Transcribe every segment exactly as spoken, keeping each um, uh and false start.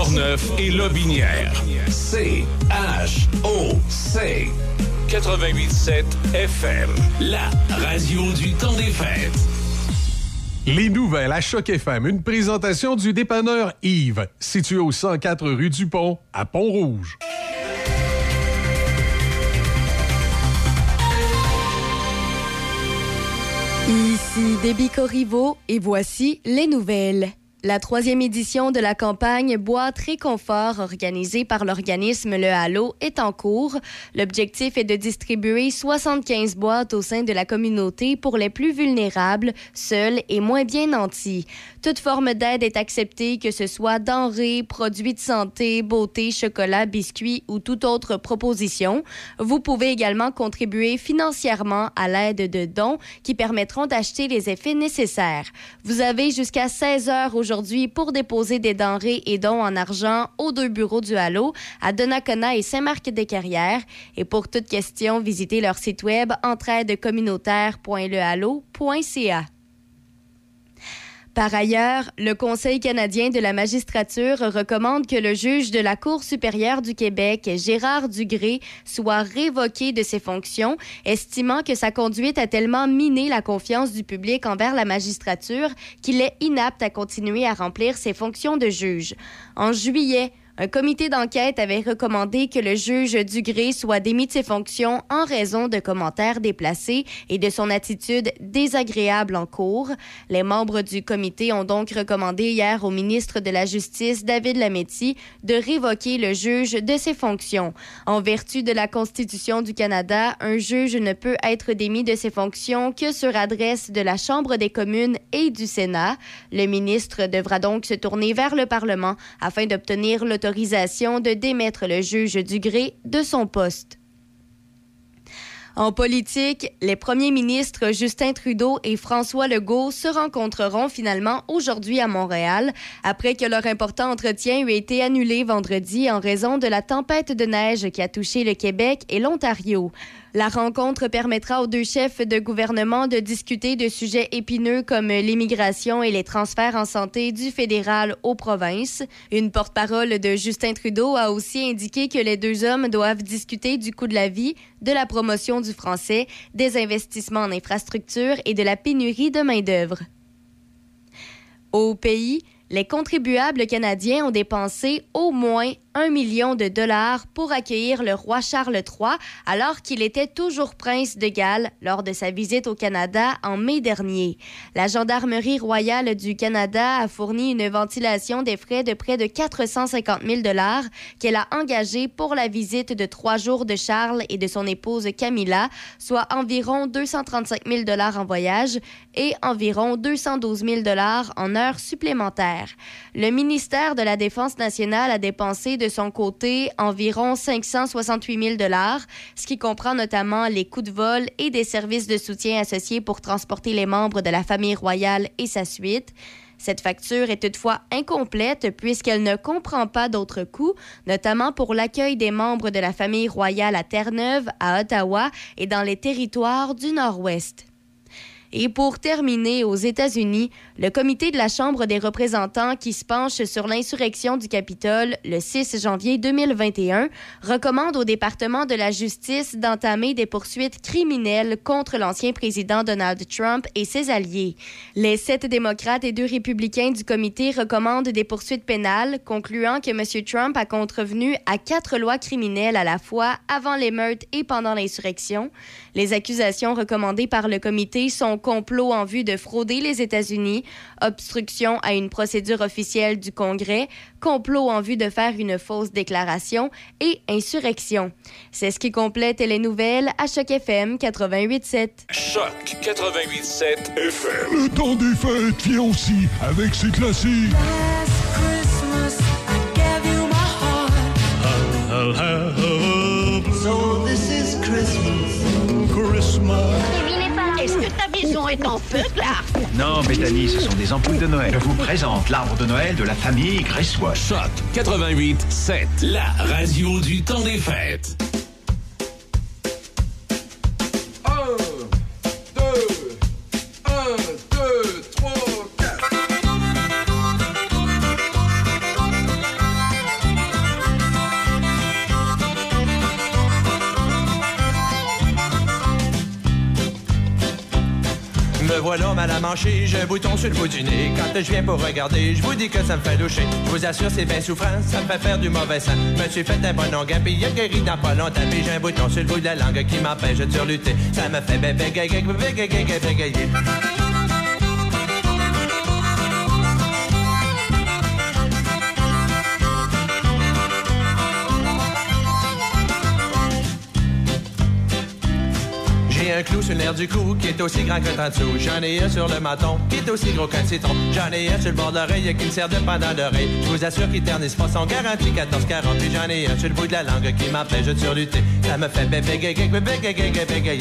Portneuf et Lotbinière. C H O C quatre-vingt-huit sept F M, la radio du temps des fêtes. Les nouvelles à Choc F M, une présentation du dépanneur Yves, situé au cent quatre rue du Pont, à Pont-Rouge. Ici Déby Corriveau et voici les nouvelles. La troisième édition de la campagne Boîte Réconfort organisée par l'organisme Le Halo est en cours. L'objectif est de distribuer soixante-quinze boîtes au sein de la communauté pour les plus vulnérables, seuls et moins bien nantis. Toute forme d'aide est acceptée, que ce soit denrées, produits de santé, beauté, chocolat, biscuits ou toute autre proposition. Vous pouvez également contribuer financièrement à l'aide de dons qui permettront d'acheter les effets nécessaires. Vous avez jusqu'à seize heures aujourd'hui aujourd'hui pour déposer des denrées et dons en argent aux deux bureaux du Halo, à Donnacona et Saint-Marc-des-Carrières. Et pour toute question, visitez leur site web entraidecommunautaire point le halo point c a. Par ailleurs, le Conseil canadien de la magistrature recommande que le juge de la Cour supérieure du Québec, Gérard Dugré, soit révoqué de ses fonctions, estimant que sa conduite a tellement miné la confiance du public envers la magistrature qu'il est inapte à continuer à remplir ses fonctions de juge. En juillet, un comité d'enquête avait recommandé que le juge Dugré soit démis de ses fonctions en raison de commentaires déplacés et de son attitude désagréable en cours. Les membres du comité ont donc recommandé hier au ministre de la Justice, David Lametti, de révoquer le juge de ses fonctions. En vertu de la Constitution du Canada, un juge ne peut être démis de ses fonctions que sur adresse de la Chambre des communes et du Sénat. Le ministre devra donc se tourner vers le Parlement afin d'obtenir l'autorisation autorisation de démettre le juge Dugré de son poste. En politique, les premiers ministres Justin Trudeau et François Legault se rencontreront finalement aujourd'hui à Montréal après que leur important entretien eut été annulé vendredi en raison de la tempête de neige qui a touché le Québec et l'Ontario. La rencontre permettra aux deux chefs de gouvernement de discuter de sujets épineux comme l'immigration et les transferts en santé du fédéral aux provinces. Une porte-parole de Justin Trudeau a aussi indiqué que les deux hommes doivent discuter du coût de la vie, de la promotion du français, des investissements en infrastructures et de la pénurie de main-d'œuvre. Au pays, les contribuables canadiens ont dépensé au moins un million de dollars pour accueillir le roi Charles trois alors qu'il était toujours prince de Galles lors de sa visite au Canada en mai dernier. La Gendarmerie royale du Canada a fourni une ventilation des frais de près de quatre cent cinquante mille dollars qu'elle a engagés pour la visite de trois jours de Charles et de son épouse Camilla, soit environ deux cent trente-cinq mille dollars en voyage et environ deux cent douze mille dollars en heures supplémentaires. Le ministère de la Défense nationale a dépensé de son côté environ cinq cent soixante-huit mille dollars, ce qui comprend notamment les coûts de vol et des services de soutien associés pour transporter les membres de la famille royale et sa suite. Cette facture est toutefois incomplète puisqu'elle ne comprend pas d'autres coûts, notamment pour l'accueil des membres de la famille royale à Terre-Neuve, à Ottawa et dans les territoires du Nord-Ouest. Et pour terminer, aux États-Unis, le comité de la Chambre des représentants qui se penche sur l'insurrection du Capitole le six janvier deux mille vingt et un recommande au département de la justice d'entamer des poursuites criminelles contre l'ancien président Donald Trump et ses alliés. Les sept démocrates et deux républicains du comité recommandent des poursuites pénales, concluant que M. Trump a contrevenu à quatre lois criminelles à la fois avant l'émeute et pendant l'insurrection. Les accusations recommandées par le comité sont complot en vue de frauder les États-Unis, obstruction à une procédure officielle du Congrès, complot en vue de faire une fausse déclaration et insurrection. C'est ce qui complète les nouvelles à Choc F M quatre-vingt-huit sept. Choc quatre-vingt-huit sept F M. Le temps des fêtes vient aussi avec ses classiques. Last Christmas, I gave you my heart. I'll have So this is Christmas. Christmas. Est-ce que ta maison est en feu, Clark? Non, Bethany, ce sont des ampoules de Noël. Je vous présente l'arbre de Noël de la famille Gressois. Choc quatre-vingt-huit sept, la radio du temps des fêtes. Un, deux, un, deux, trois, quatre. Me voilà mal à manger, j'ai un bouton sur le bout du nez. Quand je viens pour regarder, je vous dis que ça me fait loucher. Je vous assure, c'est bien souffrant, ça me fait faire du mauvais sang. Me suis fait un bon onguin, puis il a guéri dans pas longtemps. Puis j'ai un bouton sur le bout de la langue qui m'empêche de surlutter. Ça me fait bégayer, bégayer, bégayer, bégayer. J'ai un clou sur le nerf du cou qui est aussi grand que trente sous. J'en ai un sur le menton qui est aussi gros qu'un citron. J'en ai un sur le bord de l'oreille qui me sert de pendant l'oreille. Je vous assure qu'ils ternissent pas, sont garantis quatorze quarante. Puis j'en ai un sur le bout de la langue qui m'empêche de surlutter. Ça me fait bégayer, bégayer, bégayer, bégayer.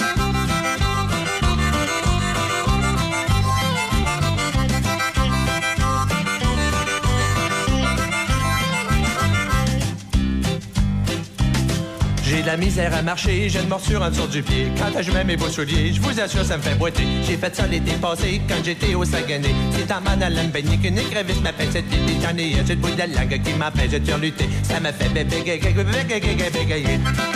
J'ai de la misère à marcher, j'ai une morsure en dessous du pied. Quand je mets mes beaux souliers, je vous assure, ça me fait boiter. J'ai fait ça l'été passé, quand j'étais au Saguenay. C'est en m'en allant me baigner qu'une écrevisse m'appelle cette pipi. J'en ai un sur le bout de la langue qui m'empêche de surlutter. Ça me fait bégayer, bégayer, bégayer.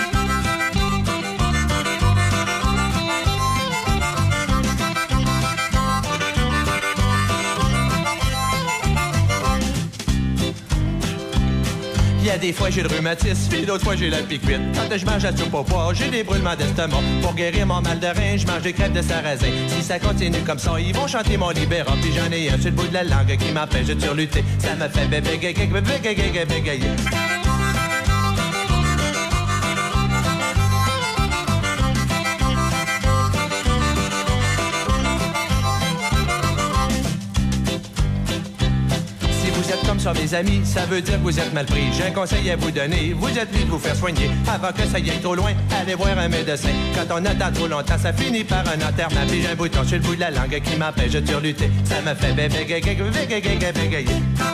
Il y a des fois j'ai le rhumatisme, puis d'autres fois j'ai la piquette. Quand je mange la soupe au pois, j'ai des brûlements d'estomac. Pour guérir mon mal de rein, je mange des crêpes de sarrasin. Si ça continue comme ça, ils vont chanter mon libéra. Puis j'en ai un sur le bout de la langue qui m'empêche de surlutter. Ça me fait bégayer, bégayer, bégayer. Comme ça, mes amis, ça veut dire que vous êtes mal pris. J'ai un conseil à vous donner, vous êtes mieux de vous faire soigner. Avant que ça y aille trop loin, allez voir un médecin. Quand on attend trop longtemps, ça finit par un enterrement. Puis j'ai un bouton sur le bout de la langue qui m'empêche de surlutter. Ça me fait bégayer, bégayer, bégayer.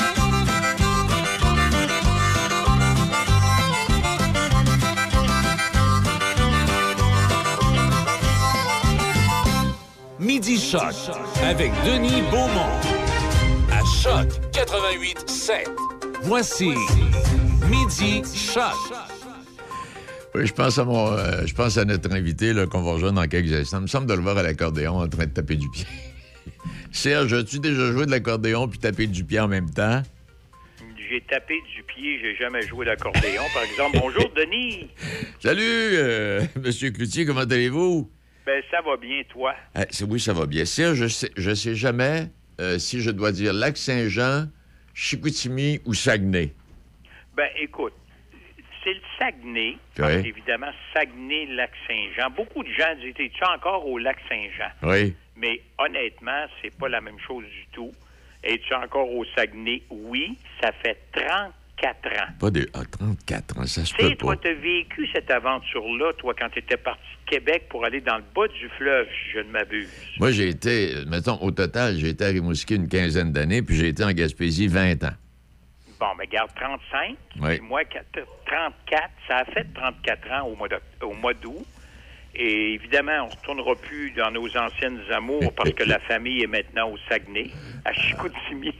Midi Choc avec Denis Beaumont. À Choc quatre-vingt-huit sept. Voici Midi Choc. Oui, je pense à mon, euh, je pense à notre invité là, qu'on va rejoindre dans quelques instants. Il me semble de le voir à l'accordéon en train de taper du pied. Serge, as-tu déjà joué de l'accordéon puis tapé du pied en même temps? J'ai tapé du pied, j'ai jamais joué d'accordéon, par exemple. Bonjour, Denis. Salut, euh, Monsieur Cloutier, comment allez-vous? Ben, ça va bien, toi? Euh, oui, ça va bien. Serge, je sais, je sais jamais euh, si je dois dire Lac-Saint-Jean, Chicoutimi ou Saguenay. Ben, écoute, c'est le Saguenay. Oui. Évidemment, Saguenay-Lac-Saint-Jean. Beaucoup de gens disent, es-tu encore au Lac-Saint-Jean? Oui. Mais honnêtement, c'est pas la même chose du tout. Es-tu encore au Saguenay? Oui, ça fait trente-quatre ans. Pas de... Ah, trente-quatre ans, ça se Tu peut sais, toi, pas. t'as vécu cette aventure-là, toi, quand t'étais parti de Québec pour aller dans le bas du fleuve, si je ne m'abuse. Moi, j'ai été, mettons, au total, j'ai été à Rimouski une quinzaine d'années, puis j'ai été en Gaspésie vingt ans. Bon, mais garde trente-cinq, Oui. puis moi, trente-quatre, ça a fait trente-quatre ans au mois d'août. Au mois d'août. Et évidemment, on ne retournera plus dans nos anciennes amours parce que la famille est maintenant au Saguenay, à Chicoutimi.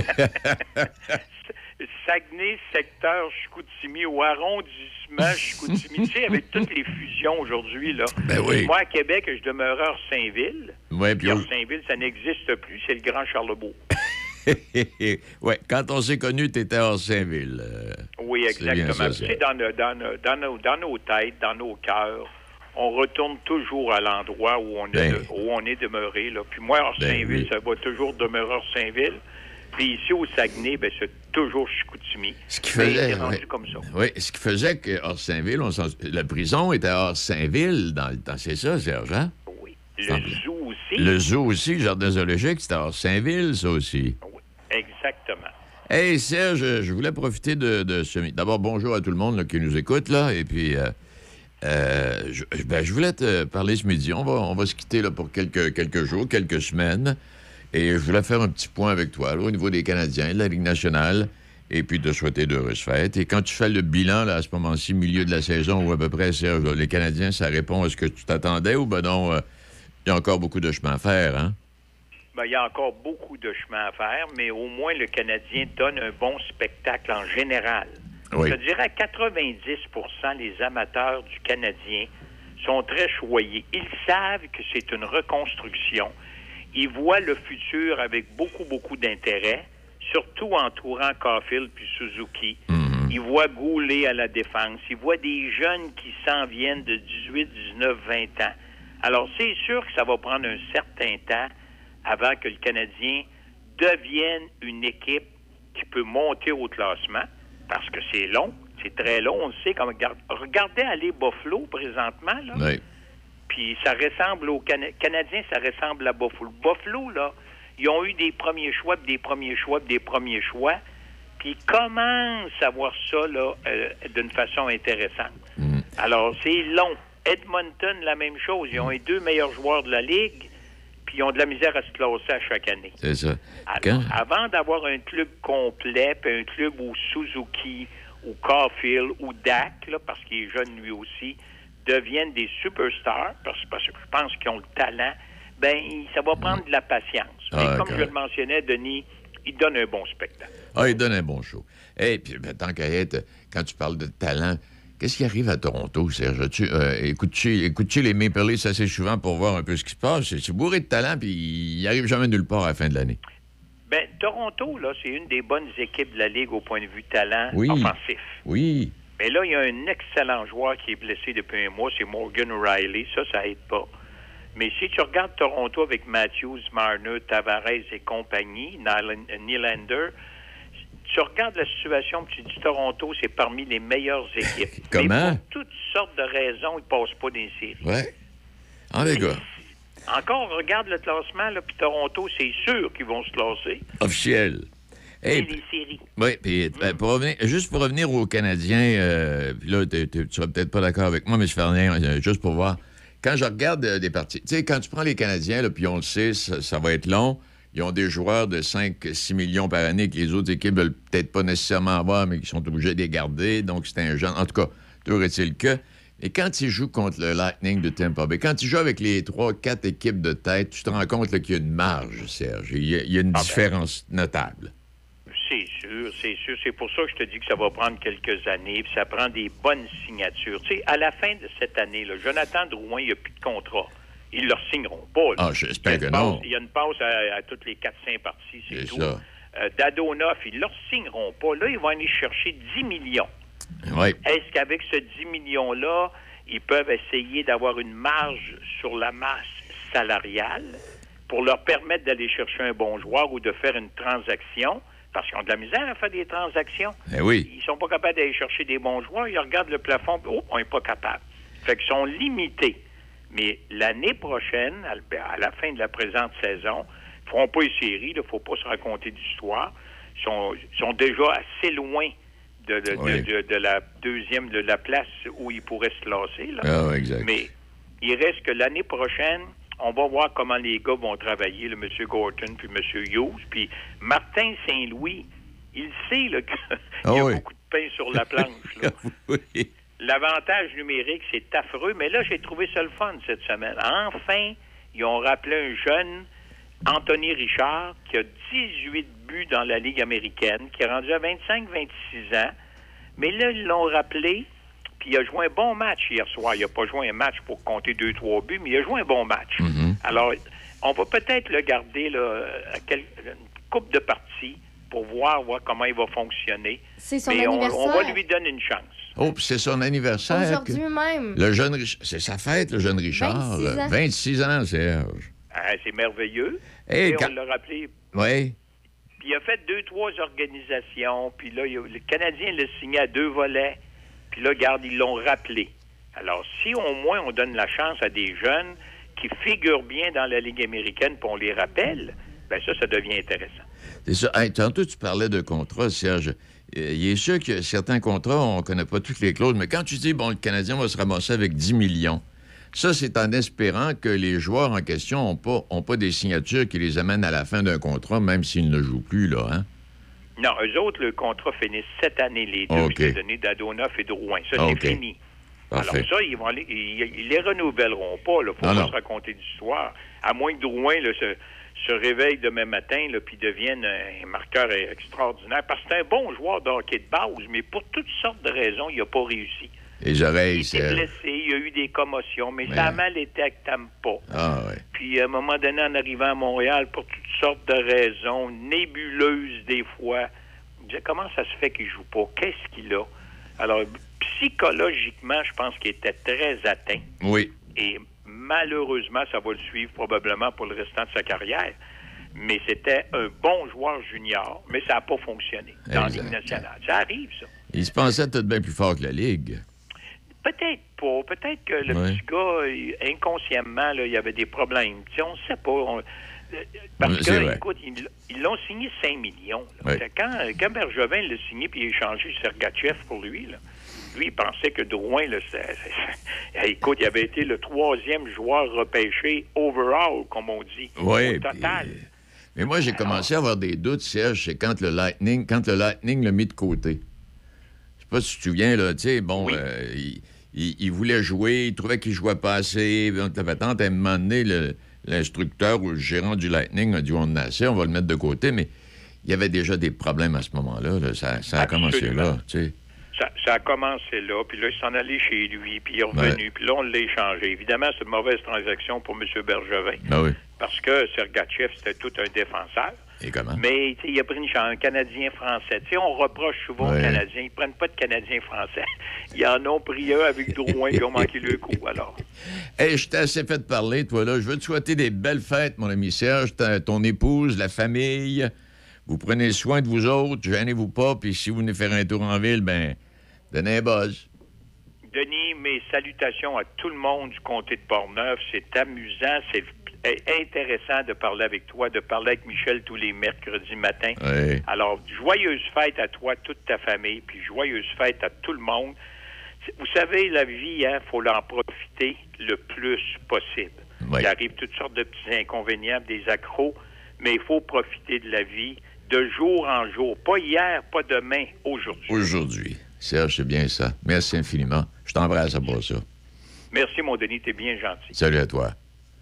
Saguenay, secteur Chicoutimi, au arrondissement Chicoutimi. Tu sais, avec toutes les fusions aujourd'hui, là. Ben oui. Moi, à Québec, je demeurais à Orsainville. Ouais, puis puis on- Orsainville, ça n'existe plus, c'est le Grand Charlebourg. ouais, quand on s'est connus, t'étais à Orsainville. euh, Oui, c'est bien exactement. ça, Tu sais, dans, nos- dans, nos- dans, nos, dans nos têtes, dans nos cœurs, on retourne toujours à l'endroit où on est, Ben. de- où on est demeuré. Là. Puis moi, Orsainville, Ben oui. ça va toujours demeurer Orsainville. Puis ici, au Saguenay, ben, c'est toujours Chicoutimi. Ce qui Mais faisait, c'est rendu ouais. comme ça. Oui, ce qui faisait que Orsainville, on s'en- la prison était à Orsainville dans le temps. C'est ça, Serge, hein? Oui. Le Semble. zoo aussi. Le zoo aussi, le jardin zoologique, c'était à Orsainville, ça aussi. Oui, exactement. Hey, Serge, je voulais profiter de, de ce... D'abord, bonjour à tout le monde là, qui nous écoute, là, et puis... euh, euh, je, ben, je voulais te parler ce midi. On va, on va se quitter là, pour quelques, quelques jours, quelques semaines. Et je voulais faire un petit point avec toi là, au niveau des Canadiens, de la Ligue nationale, et puis te souhaiter d'heureuses fêtes. Et quand tu fais le bilan là, à ce moment-ci, milieu de la saison, où à peu près, Serge, là, les Canadiens, ça répond à ce que tu t'attendais ou ben non, euh, il y a encore beaucoup de chemin à faire, hein? Ben, il y a encore beaucoup de chemin à faire, mais au moins le Canadien donne un bon spectacle en général. Oui. Je dirais à quatre-vingt-dix pour cent les amateurs du Canadien sont très choyés. Ils savent que c'est une reconstruction. Ils voient le futur avec beaucoup, beaucoup d'intérêt, surtout entourant Caulfield puis Suzuki. Mm-hmm. Ils voient Goulet à la défense. Ils voient des jeunes qui s'en viennent de dix-huit, dix-neuf, vingt ans. Alors, c'est sûr que ça va prendre un certain temps avant que le Canadien devienne une équipe qui peut monter au classement, parce que c'est long, c'est très long, on le sait. Comme, regardez aller Buffalo présentement, là. Oui. Puis ça ressemble aux Cana- Canadiens, ça ressemble à Buffalo. Buffalo, là, ils ont eu des premiers choix, puis des premiers choix, puis des premiers choix, puis ils commencent à voir ça, là, euh, d'une façon intéressante. Mm. Alors, c'est long. Edmonton, la même chose. Ils ont les deux meilleurs joueurs de la Ligue, puis ils ont de la misère à se classer à chaque année. C'est ça. Alors, Quand... avant d'avoir un club complet, puis un club où Suzuki, ou Caulfield, ou Dak, là, parce qu'il est jeune lui aussi, deviennent des superstars, parce, parce que je pense qu'ils ont le talent, ben ça va prendre de la patience. Mais Ah, comme quand... je le mentionnais, Denis, il donne un bon spectacle. Ah, il donne un bon show. Et puis, ben, tant qu'à être, quand tu parles de talent, qu'est-ce qui arrive à Toronto, Serge? Tu, euh, écoutes-tu, écoutes-tu les Maple Leafs assez souvent pour voir un peu ce qui se passe? C'est, c'est bourré de talent, puis il n'arrive jamais nulle part à la fin de l'année. Ben, Toronto, là, c'est une des bonnes équipes de la Ligue au point de vue talent Oui. offensif. Oui. Mais là, il y a un excellent joueur qui est blessé depuis un mois, c'est Morgan O'Reilly. Ça, ça aide pas. Mais si tu regardes Toronto avec Matthews, Marner, Tavares et compagnie, Nylander, tu regardes la situation et tu dis Toronto, c'est parmi les meilleures équipes. Comment? Mais pour toutes sortes de raisons, ils ne passent pas dans les séries. Ouais. Ah, les gars. Encore, regarde le classement, là, puis Toronto, c'est sûr qu'ils vont se classer. Officiel. C'est Hey, les séries. oui, puis ben, pour revenir, juste pour revenir aux Canadiens, euh, puis là, t'es, t'es, tu seras peut-être pas d'accord avec moi, mais je fais rien, euh, juste pour voir. Quand je regarde euh, des parties, tu sais, quand tu prends les Canadiens, là, puis on le sait, ça, ça va être long, ils ont des joueurs de cinq à six millions par année que les autres équipes veulent peut-être pas nécessairement avoir, mais qui sont obligés de les garder, donc c'est un genre. En tout cas, toujours est-il que. Et quand ils jouent contre le Lightning de Tampa Bay, quand ils jouent avec les trois, quatre équipes de tête, tu te rends compte là, qu'il y a une marge, Serge. Il y a, il y a une Ah ben. différence notable. C'est sûr, c'est sûr. C'est pour ça que je te dis que ça va prendre quelques années, puis ça prend des bonnes signatures. Tu sais, à la fin de cette année, là, Jonathan Drouin, il n'y a plus de contrat. Ils ne le signeront pas. Là. Ah, j'espère que passe, non. Il y a une passe à, à toutes les quatre cinq parties, c'est, C'est tout. ça. Euh, Dadonov, ils ne le signeront pas. Là, ils vont aller chercher dix millions. Oui. Est-ce qu'avec ce dix millions-là, ils peuvent essayer d'avoir une marge sur la masse salariale pour leur permettre d'aller chercher un bon joueur ou de faire une transaction? Parce qu'ils ont de la misère à faire des transactions. Eh oui. Ils sont pas capables d'aller chercher des bons joueurs. Ils regardent le plafond, oh, on n'est pas capable. Fait qu'ils sont limités. Mais l'année prochaine, à la fin de la présente saison, ils ne feront pas les séries, il ne faut pas se raconter d'histoire. Ils sont, ils sont déjà assez loin de, de, Oui. de, de, de la deuxième, de la place où ils pourraient se classer. Là. Ah, exact. Mais il reste que l'année prochaine, on va voir comment les gars vont travailler, le M. Gorton puis M. Hughes. Puis Martin Saint-Louis, il sait là, qu'il Ah y a oui. beaucoup de pain sur la planche. Là. Oui. L'avantage numérique, c'est affreux, mais là, j'ai trouvé ça le fun cette semaine. Enfin, ils ont rappelé un jeune, Anthony Richard, qui a dix-huit buts dans la Ligue américaine, qui est rendu à vingt-cinq vingt-six ans. Mais là, ils l'ont rappelé, puis il a joué un bon match hier soir. Il n'a pas joué un match pour compter deux trois buts, mais il a joué un bon match. Mm-hmm. Alors, on va peut-être le garder là, à quel- une coupe de parties pour voir, voir comment il va fonctionner. C'est son mais on, anniversaire. on va lui donner une chance. Oh, puis c'est son anniversaire. Aujourd'hui que- même. Le jeune Richard. C'est sa fête, le jeune Richard. vingt-six ans. vingt-six ans, Serge. Ah, c'est merveilleux. Hey, Et quand- on l'a rappelé. Oui. Puis il a fait deux, trois organisations. Puis là, il a- le Canadien l'a signé à deux volets. Puis là, regarde, ils l'ont rappelé. Alors, si au moins on donne la chance à des jeunes qui figurent bien dans la Ligue américaine, puis on les rappelle, bien ça, ça devient intéressant. C'est ça. Hey, tantôt, tu parlais de contrats, Serge. Euh, il est sûr que certains contrats, on ne connaît pas toutes les clauses, mais quand tu dis, bon, le Canadien va se ramasser avec dix millions, ça, c'est en espérant que les joueurs en question n'ont pas, ont pas des signatures qui les amènent à la fin d'un contrat, même s'ils ne jouent plus, là, hein? Non, eux autres, le contrat finit cette année, les deux OK. que j'ai donnés d'Adonov et Drouin. Ça, OK. c'est fini. Parfait. Alors ça, ils vont aller, ils, ils les renouvelleront pas. Il ne faut Non, pas non. se raconter d'histoire. À moins que Drouin là, se, se réveille demain matin là, puis devienne un marqueur extraordinaire. Parce que c'est un bon joueur de hockey de base, mais pour toutes sortes de raisons, il n'a pas réussi. Les oreilles, il s'est c'est... blessé, il y a eu des commotions, mais Ouais. ça a mal été avec Tampa. Ah, ouais. Puis, à un moment donné, en arrivant à Montréal, pour toutes sortes de raisons, nébuleuses des fois, je disais, comment ça se fait qu'il joue pas? Qu'est-ce qu'il a? Alors, psychologiquement, je pense qu'il était très atteint. Oui. Et malheureusement, ça va le suivre probablement pour le restant de sa carrière. Mais c'était un bon joueur junior, mais ça n'a pas fonctionné dans la Ligue nationale. Ça arrive, ça. Il se pensait peut-être bien plus fort que la Ligue. Peut-être pas. Peut-être que le Ouais. petit gars, il- inconsciemment, là, il y avait des problèmes. Tu sais, on ne sait pas. On- Parce C'est que, vrai. écoute, ils ils l'ont signé cinq millions. là. Ouais. Quand, quand Bergevin l'a signé puis il a échangé Sergachev pour lui, là, lui, il pensait que Drouin, là, c'est- c'est- écoute, il avait été le troisième joueur repêché overall, comme on dit, Oui. au total. puis- Mais moi, j'ai commencé à avoir des doutes, Serge, c'est quand le Lightning, quand le Lightning l'a mis de côté. Je sais pas si tu te souviens, là, tu sais, bon, euh, il, il- il voulait jouer, il trouvait qu'il jouait pas assez. Donc, la patente, à un moment donné, le- l'instructeur ou le gérant du Lightning a dit, on en a assez, on va le mettre de côté, mais il y avait déjà des problèmes à ce moment-là. Là. Ça, ça a commencé Absolument. là, tu sais. Ça, ça a commencé là, puis là, il s'en allait chez lui, puis il est revenu, Ouais. puis là, on l'a échangé. Évidemment, c'est une mauvaise transaction pour M. Bergevin, Ben oui. parce que Sergachev, c'était tout un défenseur. Et comment? Mais tu sais, il a pris une chance, un Canadien-Français. Tu sais, on reproche souvent Ouais. aux Canadiens, ils prennent pas de Canadiens-Français. Ils en ont pris un avec Drouin, puis ils ont manqué le coup, alors. Hey, je t'ai assez fait parler, toi, là. Je veux te souhaiter des belles fêtes, mon ami Serge, ta- ton épouse, la famille. Vous prenez soin de vous autres, gênez-vous pas, puis si vous venez faire un tour en ville, ben, donnez un buzz. Denis, mes salutations à tout le monde du comté de Portneuf. C'est amusant, c'est intéressant de parler avec toi, de parler avec Michel tous les mercredis matins. Oui. Alors, joyeuse fête à toi, toute ta famille, puis joyeuse fête à tout le monde. Vous savez, la vie, il hein, faut en profiter le plus possible. Oui. Il arrive toutes sortes de petits inconvénients, des accros, mais il faut profiter de la vie de jour en jour. Pas hier, pas demain, aujourd'hui. Aujourd'hui. Serge, c'est bien ça. Merci infiniment. Je t'embrasse pour ça. Merci, mon Denis, t'es bien gentil. Salut à toi.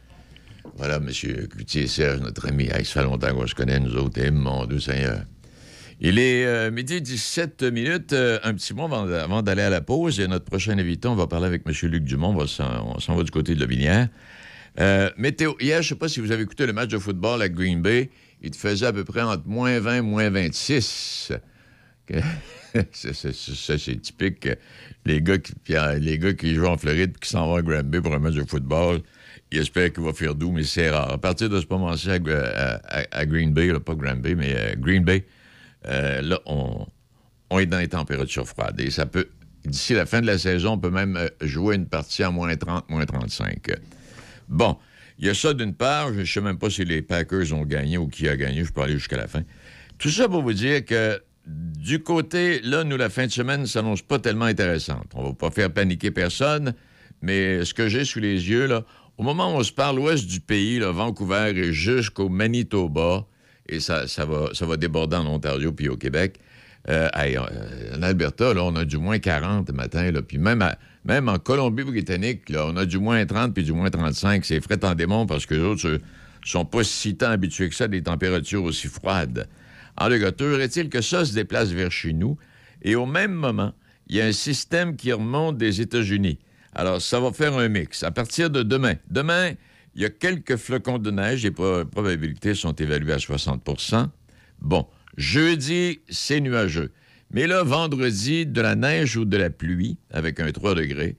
Voilà, M. Cloutier Serge, notre ami. Hey, ça fait longtemps qu'on se connaît, nous autres. Eh, mon Dieu Seigneur. Il est euh, midi dix-sept minutes. Euh, un petit mot avant, avant d'aller à la pause. Et notre prochain invité, on va parler avec M. Luc Dumont. On, va s'en, on s'en va du côté de la Binière. Euh, météo. Hier, je ne sais pas si vous avez écouté le match de football à Green Bay. Il te faisait à peu près entre moins vingt, moins vingt-six. Que... ça, c'est, ça, c'est typique. Les gars, qui, puis, euh, les gars qui jouent en Floride et qui s'en vont à Green Bay pour un match de football, ils espèrent qu'il va faire doux, mais c'est rare. À partir de ce moment-ci, à, à, à Green Bay, là, pas Green Bay, mais euh, Green Bay, euh, là, on, on est dans les températures froides. Et ça peut, d'ici la fin de la saison, on peut même euh, jouer une partie à moins trente, moins trente-cinq. Bon, il y a ça d'une part. Je ne sais même pas si les Packers ont gagné ou qui a gagné. Je peux aller jusqu'à la fin. Tout ça pour vous dire que du côté, là, nous, la fin de semaine ne s'annonce pas tellement intéressante. On ne va pas faire paniquer personne, mais ce que j'ai sous les yeux, là, au moment où on se parle, l'ouest du pays, là, Vancouver et jusqu'au Manitoba, et ça, ça, va, ça va déborder en Ontario puis au Québec. Euh, hey, euh, en Alberta, là, on a du moins quarante le matin, là, puis même, à, même en Colombie-Britannique, là, on a du moins trente puis du moins trente-cinq. C'est frais en démon parce que les autres ne sont pas si tant habitués que ça à des températures aussi froides. En le gars, est-il que ça se déplace vers chez nous, et au même moment, il y a un système qui remonte des États-Unis. Alors, ça va faire un mix. À partir de demain, demain, il y a quelques flocons de neige. Les pro- probabilités sont évaluées à soixante pour cent. Bon, jeudi, c'est nuageux. Mais là, vendredi, de la neige ou de la pluie, avec un trois degrés.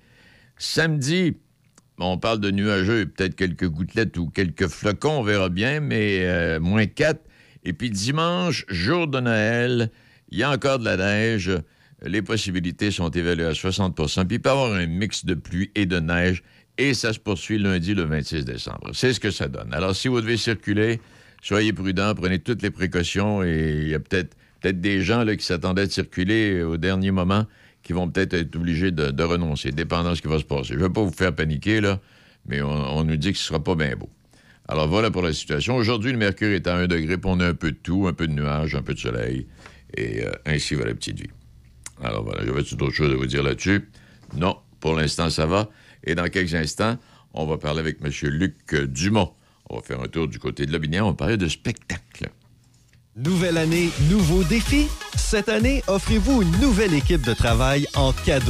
Samedi, on parle de nuageux et peut-être quelques gouttelettes ou quelques flocons, on verra bien, mais euh, moins quatre. Et puis dimanche, jour de Noël, il y a encore de la neige. Les possibilités sont évaluées à soixante pour cent. Puis il peut y avoir un mix de pluie et de neige. Et ça se poursuit lundi, le vingt-six décembre. C'est ce que ça donne. Alors, si vous devez circuler, soyez prudents, prenez toutes les précautions. Et il y a peut-être, peut-être des gens là, qui s'attendaient à circuler au dernier moment qui vont peut-être être obligés de, de renoncer, dépendant de ce qui va se passer. Je ne vais pas vous faire paniquer, là, mais on, on nous dit que ce ne sera pas bien beau. Alors, voilà pour la situation. Aujourd'hui, le mercure est à un degré, puis on a un peu de tout, un peu de nuages, un peu de soleil. Et euh, ainsi va la petite vie. Alors, voilà. J'avais-tu d'autres choses à vous dire là-dessus? Non. Pour l'instant, ça va. Et dans quelques instants, on va parler avec M. Luc Dumont. On va faire un tour du côté de Lobinière. On va parler de spectacle. Nouvelle année, nouveaux défis? Cette année, offrez-vous une nouvelle équipe de travail en cadeau.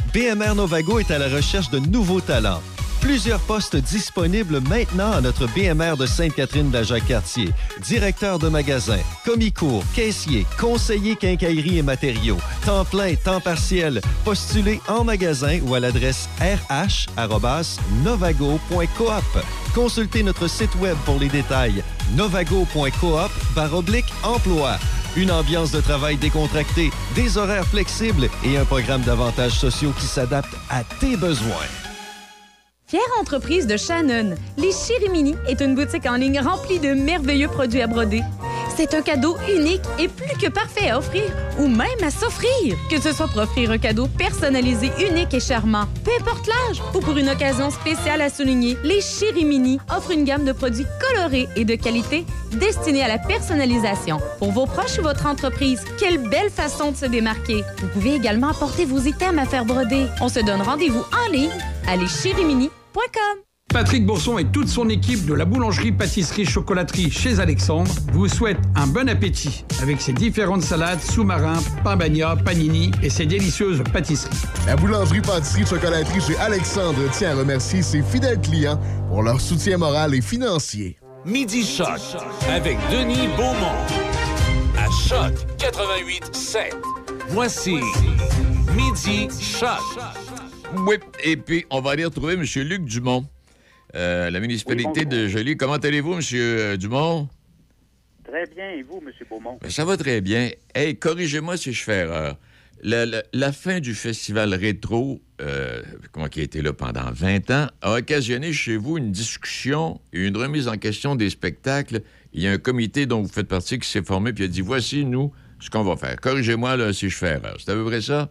B M R Novago est à la recherche de nouveaux talents. Plusieurs postes disponibles maintenant à notre B M R de Sainte-Catherine de la Jacques-Cartier. Directeur de magasin, commis-cours, caissier, conseiller quincaillerie et matériaux, temps plein, temps partiel. Postulez en magasin ou à l'adresse r h arobase novago point coop. Consultez notre site web pour les détails. novago point coop barre oblique emploi. Une ambiance de travail décontractée, des horaires flexibles et un programme d'avantages sociaux qui s'adapte à tes besoins. Fière entreprise de Shannon, les Chirimini est une boutique en ligne remplie de merveilleux produits à broder. C'est un cadeau unique et plus que parfait à offrir ou même à s'offrir. Que ce soit pour offrir un cadeau personnalisé, unique et charmant, peu importe l'âge ou pour une occasion spéciale à souligner, les Chirimini offrent une gamme de produits colorés et de qualité destinés à la personnalisation. Pour vos proches ou votre entreprise, quelle belle façon de se démarquer. Vous pouvez également apporter vos items à faire broder. On se donne rendez-vous en ligne à leschirimini point com. Patrick Bourson et toute son équipe de la boulangerie, pâtisserie, chocolaterie chez Alexandre vous souhaitent un bon appétit avec ses différentes salades, sous-marins, pain bagna, panini et ses délicieuses pâtisseries. La boulangerie, pâtisserie, chocolaterie chez Alexandre tient à remercier ses fidèles clients pour leur soutien moral et financier. Midi Choc avec Denis Beaumont à Choc quatre-vingt-huit sept. Voici Midi Choc. Oui, et puis on va aller retrouver M. Luc Dumont. Euh, la municipalité oui, de Joly. Comment allez-vous, M. Dumont? Très bien. Et vous, M. Beaumont? Ben, ça va très bien. Hey, corrigez-moi si je fais erreur. La, la, la fin du festival rétro, euh, qui a été là pendant vingt ans, a occasionné chez vous une discussion et une remise en question des spectacles. Il y a un comité dont vous faites partie qui s'est formé puis a dit, voici, nous, ce qu'on va faire. Corrigez-moi là, si je fais erreur. C'est à peu près ça?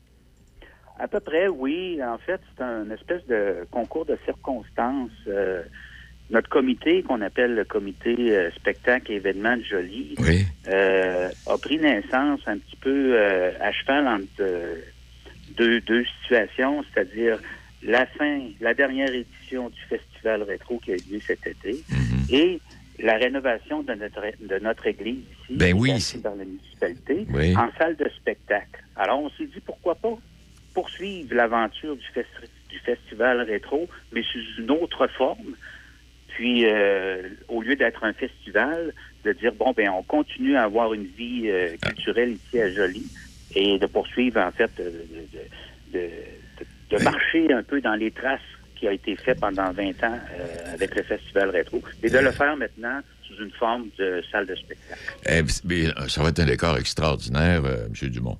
À peu près, oui. En fait, c'est un espèce de concours de circonstances. Euh, notre comité, qu'on appelle le comité euh, spectacle et événements de Joly, oui. euh, a pris naissance un petit peu euh, à cheval entre euh, deux, deux situations, c'est-à-dire la fin, la dernière édition du Festival Rétro qui a eu lieu cet été, mm-hmm. et la rénovation de notre, de notre église ici, ben oui, dans la municipalité, oui. en salle de spectacle. Alors, on s'est dit, pourquoi pas poursuivre l'aventure du, festi- du festival rétro, mais sous une autre forme. Puis, euh, au lieu d'être un festival, de dire, bon, ben on continue à avoir une vie euh, culturelle ici à Joly et de poursuivre, en fait, de, de, de, de, de marcher un peu dans les traces qui a été fait pendant vingt ans euh, avec le festival rétro et de le faire maintenant sous une forme de salle de spectacle. Eh, mais, ça va être un décor extraordinaire, euh, M. Dumont.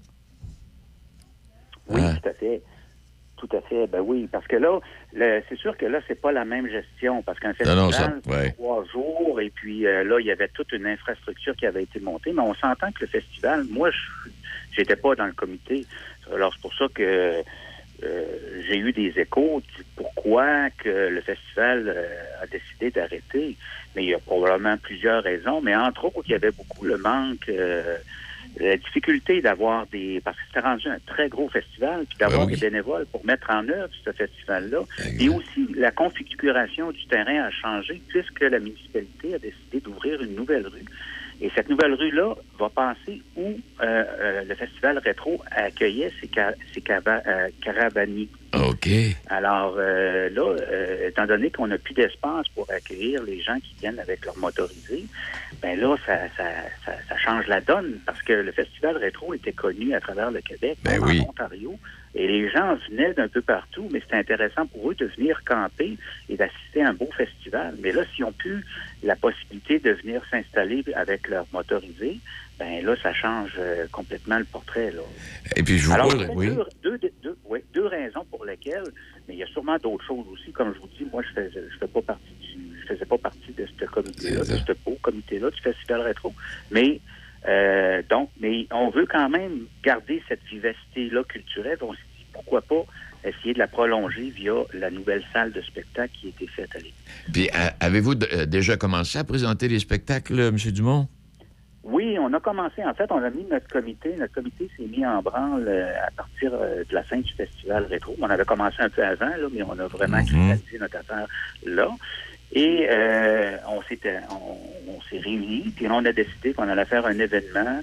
Oui, ah. tout à fait. Tout à fait. Ben oui, parce que là, le, c'est sûr que là, c'est pas la même gestion, parce qu'un festival, non, non, ça, ouais. trois jours, et puis euh, là, il y avait toute une infrastructure qui avait été montée, mais on s'entend que le festival, moi, je j'étais pas dans le comité. Alors, c'est pour ça que euh, j'ai eu des échos de pourquoi que le festival euh, a décidé d'arrêter. Mais il y a probablement plusieurs raisons, mais entre autres, il y avait beaucoup le manque... Euh, la difficulté d'avoir des... Parce que c'était rendu un très gros festival, puis d'avoir oui. des bénévoles pour mettre en œuvre ce festival-là. Et aussi, la configuration du terrain a changé puisque la municipalité a décidé d'ouvrir une nouvelle rue. Et cette nouvelle rue-là va passer où euh, euh, le festival rétro accueillait ses, ca- ses cava- euh, caravaniers. OK. Alors euh, là, euh, étant donné qu'on n'a plus d'espace pour accueillir les gens qui viennent avec leur motorisé, ben là, ça, ça, ça, ça change la donne parce que le festival rétro était connu à travers le Québec, ben en oui. Ontario, et les gens venaient d'un peu partout, mais c'était intéressant pour eux de venir camper et d'assister à un beau festival. Mais là, s'ils ont plus la possibilité de venir s'installer avec leur motorisé, ben là, ça change euh, complètement le portrait, là. Et puis, je vous Alors, parle, oui. Deux, deux, deux, deux, oui, deux raisons pour lesquelles, mais il y a sûrement d'autres choses aussi. Comme je vous dis, moi, je fais, je fais pas partie du, je faisais pas partie de ce comité-là, de ce beau comité-là du Festival Rétro. Mais, euh, donc, mais on veut quand même garder cette vivacité-là culturelle. On s'est dit, pourquoi pas essayer de la prolonger via la nouvelle salle de spectacle qui a été faite à l'époque. Puis, avez-vous d- déjà commencé à présenter les spectacles, M. Dumont? Oui, on a commencé. En fait, on a mis notre comité. Notre comité s'est mis en branle à partir de la fin du Festival Rétro. On avait commencé un peu avant, là, mais on a vraiment mm-hmm. cristallisé notre affaire là. Et euh, on, s'était, on, on s'est réunis, puis on a décidé qu'on allait faire un événement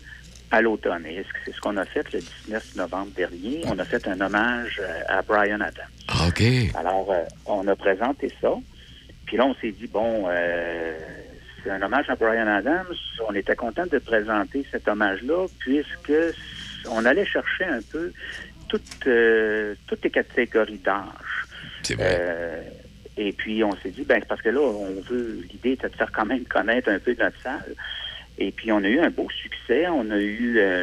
À l'automne. Et c'est ce qu'on a fait le dix-neuf novembre dernier. On a fait un hommage à Bryan Adams. Ah, OK. Alors, euh, on a présenté ça. Puis là, on s'est dit, bon, euh, c'est un hommage à Bryan Adams. On était content de présenter cet hommage-là, puisque on allait chercher un peu toutes, euh, toutes les catégories d'âge. C'est vrai. Euh, et puis, on s'est dit, ben, parce que là, on veut, l'idée était de faire quand même connaître un peu notre salle. Et puis, on a eu un beau succès. On a eu euh,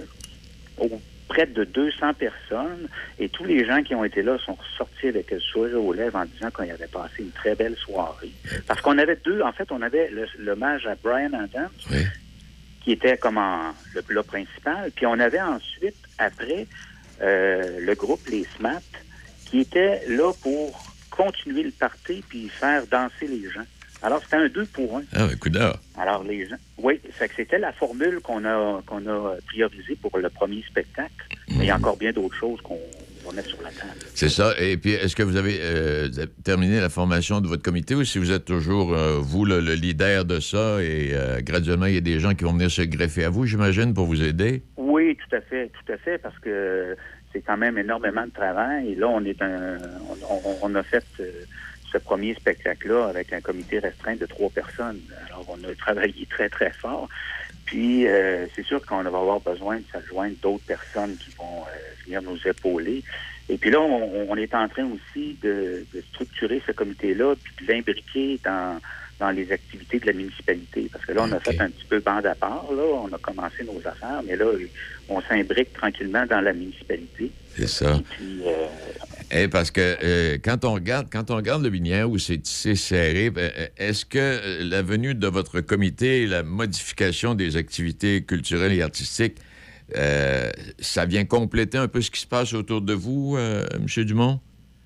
au, près de deux cents personnes. Et tous les gens qui ont été là sont ressortis avec le sourire aux lèvres en disant qu'on y avait passé une très belle soirée. Parce qu'on avait deux... En fait, on avait le, l'hommage à Bryan Adams, oui. qui était comme en, le plat principal. Puis on avait ensuite, après, euh, le groupe Les Smats, qui était là pour continuer le party puis faire danser les gens. Alors, c'était un deux pour un. Ah, écoute là. Alors, les gens... Oui, c'est que c'était la formule qu'on a, qu'on a priorisée pour le premier spectacle. Mmh. Mais il y a encore bien d'autres choses qu'on va mettre sur la table. C'est ça. Et puis, est-ce que vous avez euh, terminé la formation de votre comité ou si vous êtes toujours, euh, vous, le, le leader de ça et euh, graduellement, il y a des gens qui vont venir se greffer à vous, j'imagine, pour vous aider? Oui, tout à fait, tout à fait, parce que c'est quand même énormément de travail. Et là, on est un... On, on, on a fait... Euh, ce premier spectacle-là avec un comité restreint de trois personnes. Alors, on a travaillé très, très fort. Puis, euh, c'est sûr qu'on va avoir besoin de s'adjoindre d'autres personnes qui vont euh, venir nous épauler. Et puis là, on, on est en train aussi de, de structurer ce comité-là puis de l'imbriquer dans, dans les activités de la municipalité. Parce que là, on a okay. fait un petit peu bande à part. Là, on a commencé nos affaires, mais là, on s'imbrique tranquillement dans la municipalité. C'est ça. Et puis... Euh, Eh, parce que euh, quand on regarde quand on regarde le Binière où c'est tissé serré, est-ce que la venue de votre comité et la modification des activités culturelles et artistiques, euh, ça vient compléter un peu ce qui se passe autour de vous, euh, M. Dumont?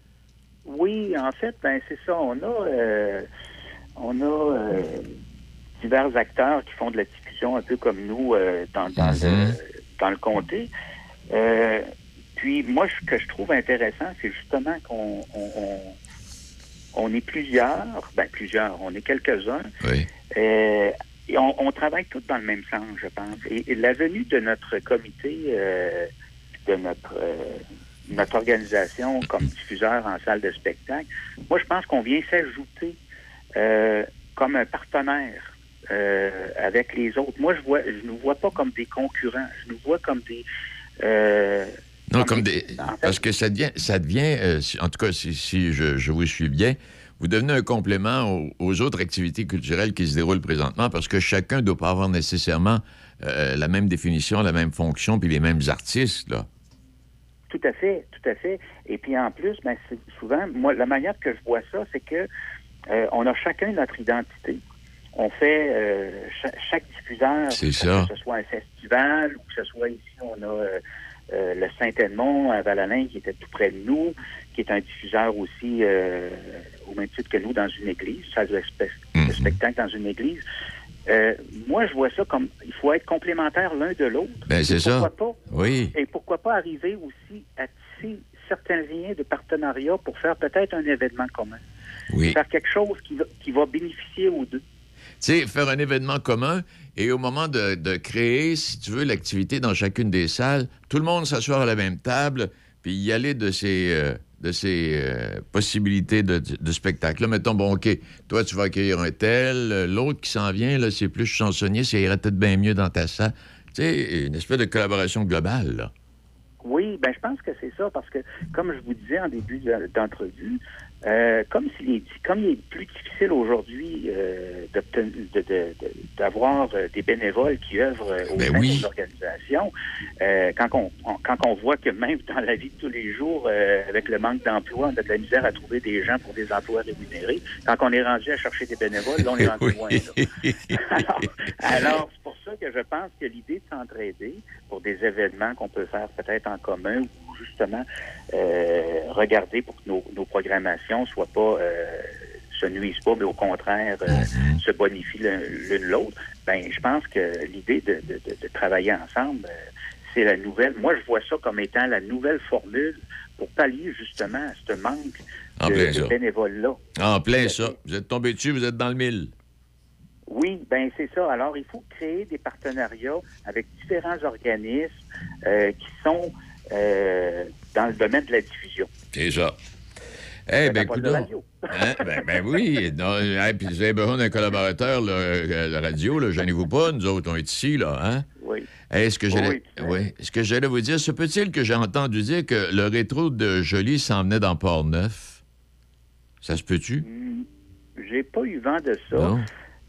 Oui, en fait, ben c'est ça. On a euh, on a euh, divers acteurs qui font de la diffusion un peu comme nous euh, dans, dans, mm-hmm. le, dans le comté. Euh, Puis, moi, ce que je trouve intéressant, c'est justement qu'on on, on, on est plusieurs, ben plusieurs, on est quelques-uns, oui. euh, et on, on travaille tous dans le même sens, je pense. Et, et la venue de notre comité, euh, de notre, euh, notre organisation comme diffuseur en salle de spectacle, moi, je pense qu'on vient s'ajouter euh, comme un partenaire euh, avec les autres. Moi, je vois, je nous vois pas comme des concurrents, je nous vois comme des... Euh, Non, comme des... Parce que ça devient, ça devient euh, si, en tout cas, si, si je, je vous suis bien, vous devenez un complément aux, aux autres activités culturelles qui se déroulent présentement parce que chacun ne doit pas avoir nécessairement euh, la même définition, la même fonction, puis les mêmes artistes, là. Tout à fait, tout à fait. Et puis en plus, ben, c'est souvent, moi, la manière que je vois ça, c'est que euh, on a chacun notre identité. On fait, euh, cha- chaque diffuseur, c'est que, ça. que ce soit un festival ou que ce soit ici, on a... Euh, Euh, le Saint-Edmond à Val-Alain, qui était tout près de nous, qui est un diffuseur aussi euh, au même titre que nous dans une église, salle de, spe- mm-hmm. de spectacle dans une église. Euh, moi, je vois ça comme il faut être complémentaires l'un de l'autre. Ben, c'est ça. Pas, oui. Et pourquoi pas arriver aussi à tisser certains liens de partenariat pour faire peut-être un événement commun. Oui. Faire quelque chose qui va, qui va bénéficier aux deux. Tu sais, faire un événement commun et au moment de, de créer, si tu veux, l'activité dans chacune des salles, tout le monde s'asseoir à la même table puis y aller de ces, euh, de ces euh, possibilités de, de, de spectacle. Là, mettons, bon, OK, toi, tu vas accueillir un tel, l'autre qui s'en vient, là, c'est plus chansonnier, ça irait peut-être bien mieux dans ta salle. Tu sais, une espèce de collaboration globale, là. Oui, ben je pense que c'est ça, parce que, comme je vous disais en début de, d'entrevue, euh, comme, s'il est, comme il est plus difficile aujourd'hui euh, de, de, de, d'avoir euh, des bénévoles qui œuvrent au ben sein oui. des organisations, euh, quand, on, on, quand on voit que même dans la vie de tous les jours, euh, avec le manque d'emploi, on a de la misère à trouver des gens pour des emplois rémunérés, quand on est rendu à chercher des bénévoles, là, on est rendu oui. loin. Là. alors, alors, c'est pour ça que je pense que l'idée de s'entraider pour des événements qu'on peut faire peut-être en commun ou justement euh, regarder pour que nos, nos programmations soient pas euh, se nuisent pas, mais au contraire euh, mm-hmm. se bonifient l'un, l'une l'autre. Ben, je pense que l'idée de, de, de, de travailler ensemble, euh, c'est la nouvelle. Moi, je vois ça comme étant la nouvelle formule pour pallier justement à ce manque en de, plein de ça. bénévoles-là. En plein ça. Vous êtes tombé dessus, vous êtes dans le mille. Oui. Oui, ben c'est ça. Alors, il faut créer des partenariats avec différents organismes euh, qui sont euh, dans le domaine de la diffusion. C'est ça. Eh bien, écoute donc. Hein? Ben, ben oui. Non, hein, puis vous avez besoin d'un collaborateur, là, euh, la radio, là, gênez-vous pas, nous autres, on est ici, là, hein? Oui. Est-ce que j'allais Oui, oui. Est-ce que j'allais vous dire, se peut-il que j'ai entendu dire que le rétro de Joly s'en venait dans Port-Neuf? Ça se peut-tu? Mm, j'ai pas eu vent de ça. Non.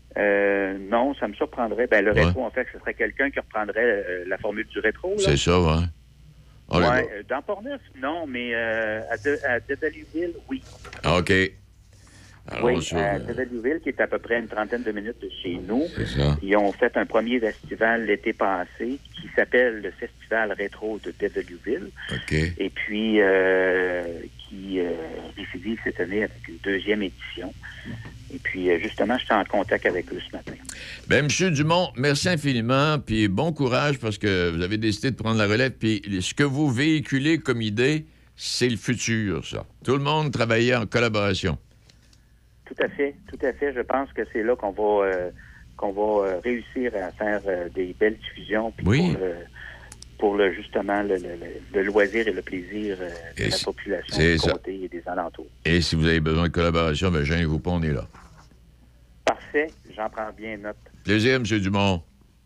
Euh, non, ça me surprendrait. Ben, le Ouais. rétro, en fait, ce serait quelqu'un qui reprendrait euh, la formule du rétro. Là. C'est ça, ouais. Oh, les Ouais, gars. euh, dans Port-Neuf, non, mais euh, à, de, à Dévalueville, oui. Ah, OK. Alors, oui, sur, à euh, Dévalueville, qui est à peu près une trentaine de minutes de chez nous. C'est ça. Ils ont fait un premier festival l'été passé qui s'appelle le Festival Rétro de Dévalueville. OK. Et puis, euh, qui euh, récidive cette année avec une deuxième édition. Et puis, euh, justement, j'étais en contact avec eux ce matin. Bien, M. Dumont, merci infiniment, puis bon courage parce que vous avez décidé de prendre la relève, puis ce que vous véhiculez comme idée, c'est le futur, ça. Tout le monde travaillait en collaboration. Tout à fait, tout à fait. Je pense que c'est là qu'on va, euh, qu'on va euh, réussir à faire euh, des belles diffusions puis Oui. pour, le, pour le, justement le, le, le- le loisir et le plaisir euh, de Et la c'est- population c'est du ça. comté et des alentours. Et si vous avez besoin de collaboration, bien, gênez-vous pas, on est là. Parfait, j'en prends bien note. Plaisir, M. Dumont.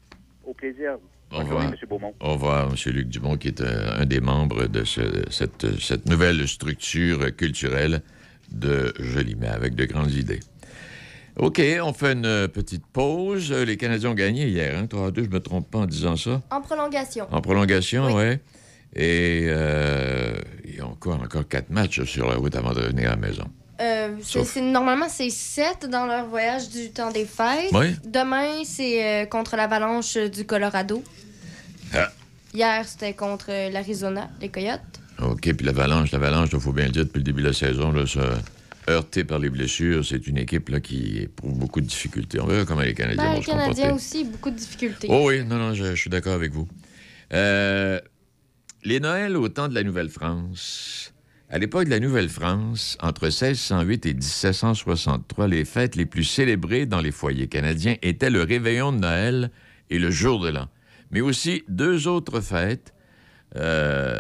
Au plaisir. Au Bonne revoir. journée, M. Beaumont. Au revoir, M. Luc Dumont, qui est euh, un des membres de ce- cette, cette nouvelle structure culturelle de Jolimet, avec de grandes idées. OK, on fait une euh, petite pause. Les Canadiens ont gagné hier, hein, trois à deux, je me trompe pas en disant ça. En prolongation. En prolongation, oui. Et euh, il y a encore, encore quatre matchs sur la route avant de revenir à la maison. Euh, c'est- Sauf- c'est- normalement, c'est sept dans leur voyage du temps des fêtes. Oui. Demain, c'est euh, contre l'Avalanche du Colorado. Ah, Hier, c'était contre euh, l'Arizona, les Coyotes. OK, puis l'Avalanche, l'Avalanche, il faut bien le dire, depuis le début de la saison, là, ça, heurté par les blessures, c'est une équipe là, qui éprouve beaucoup de difficultés. On verra comment les Canadiens Ben, vont les se comporter. Canadiens aussi, beaucoup de difficultés. Oh oui, non, non, je, je suis d'accord avec vous. Euh, les Noëls au temps de la Nouvelle-France. À l'époque de la Nouvelle-France, entre seize cent huit et dix-sept cent soixante-trois, les fêtes les plus célébrées dans les foyers canadiens étaient le réveillon de Noël et le jour de l'an. Mais aussi deux autres fêtes euh,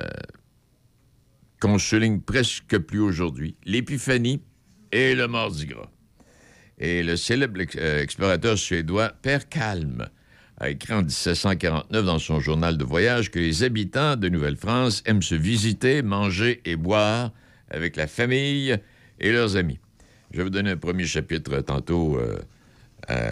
qu'on souligne presque plus aujourd'hui, l'Épiphanie et le Mardi Gras. Et le célèbre ex- euh, explorateur suédois Per Kalm a écrit en dix-sept cent quarante-neuf dans son journal de voyage que les habitants de Nouvelle-France aiment se visiter, manger et boire avec la famille et leurs amis. Je vais vous donner un premier chapitre tantôt euh, euh,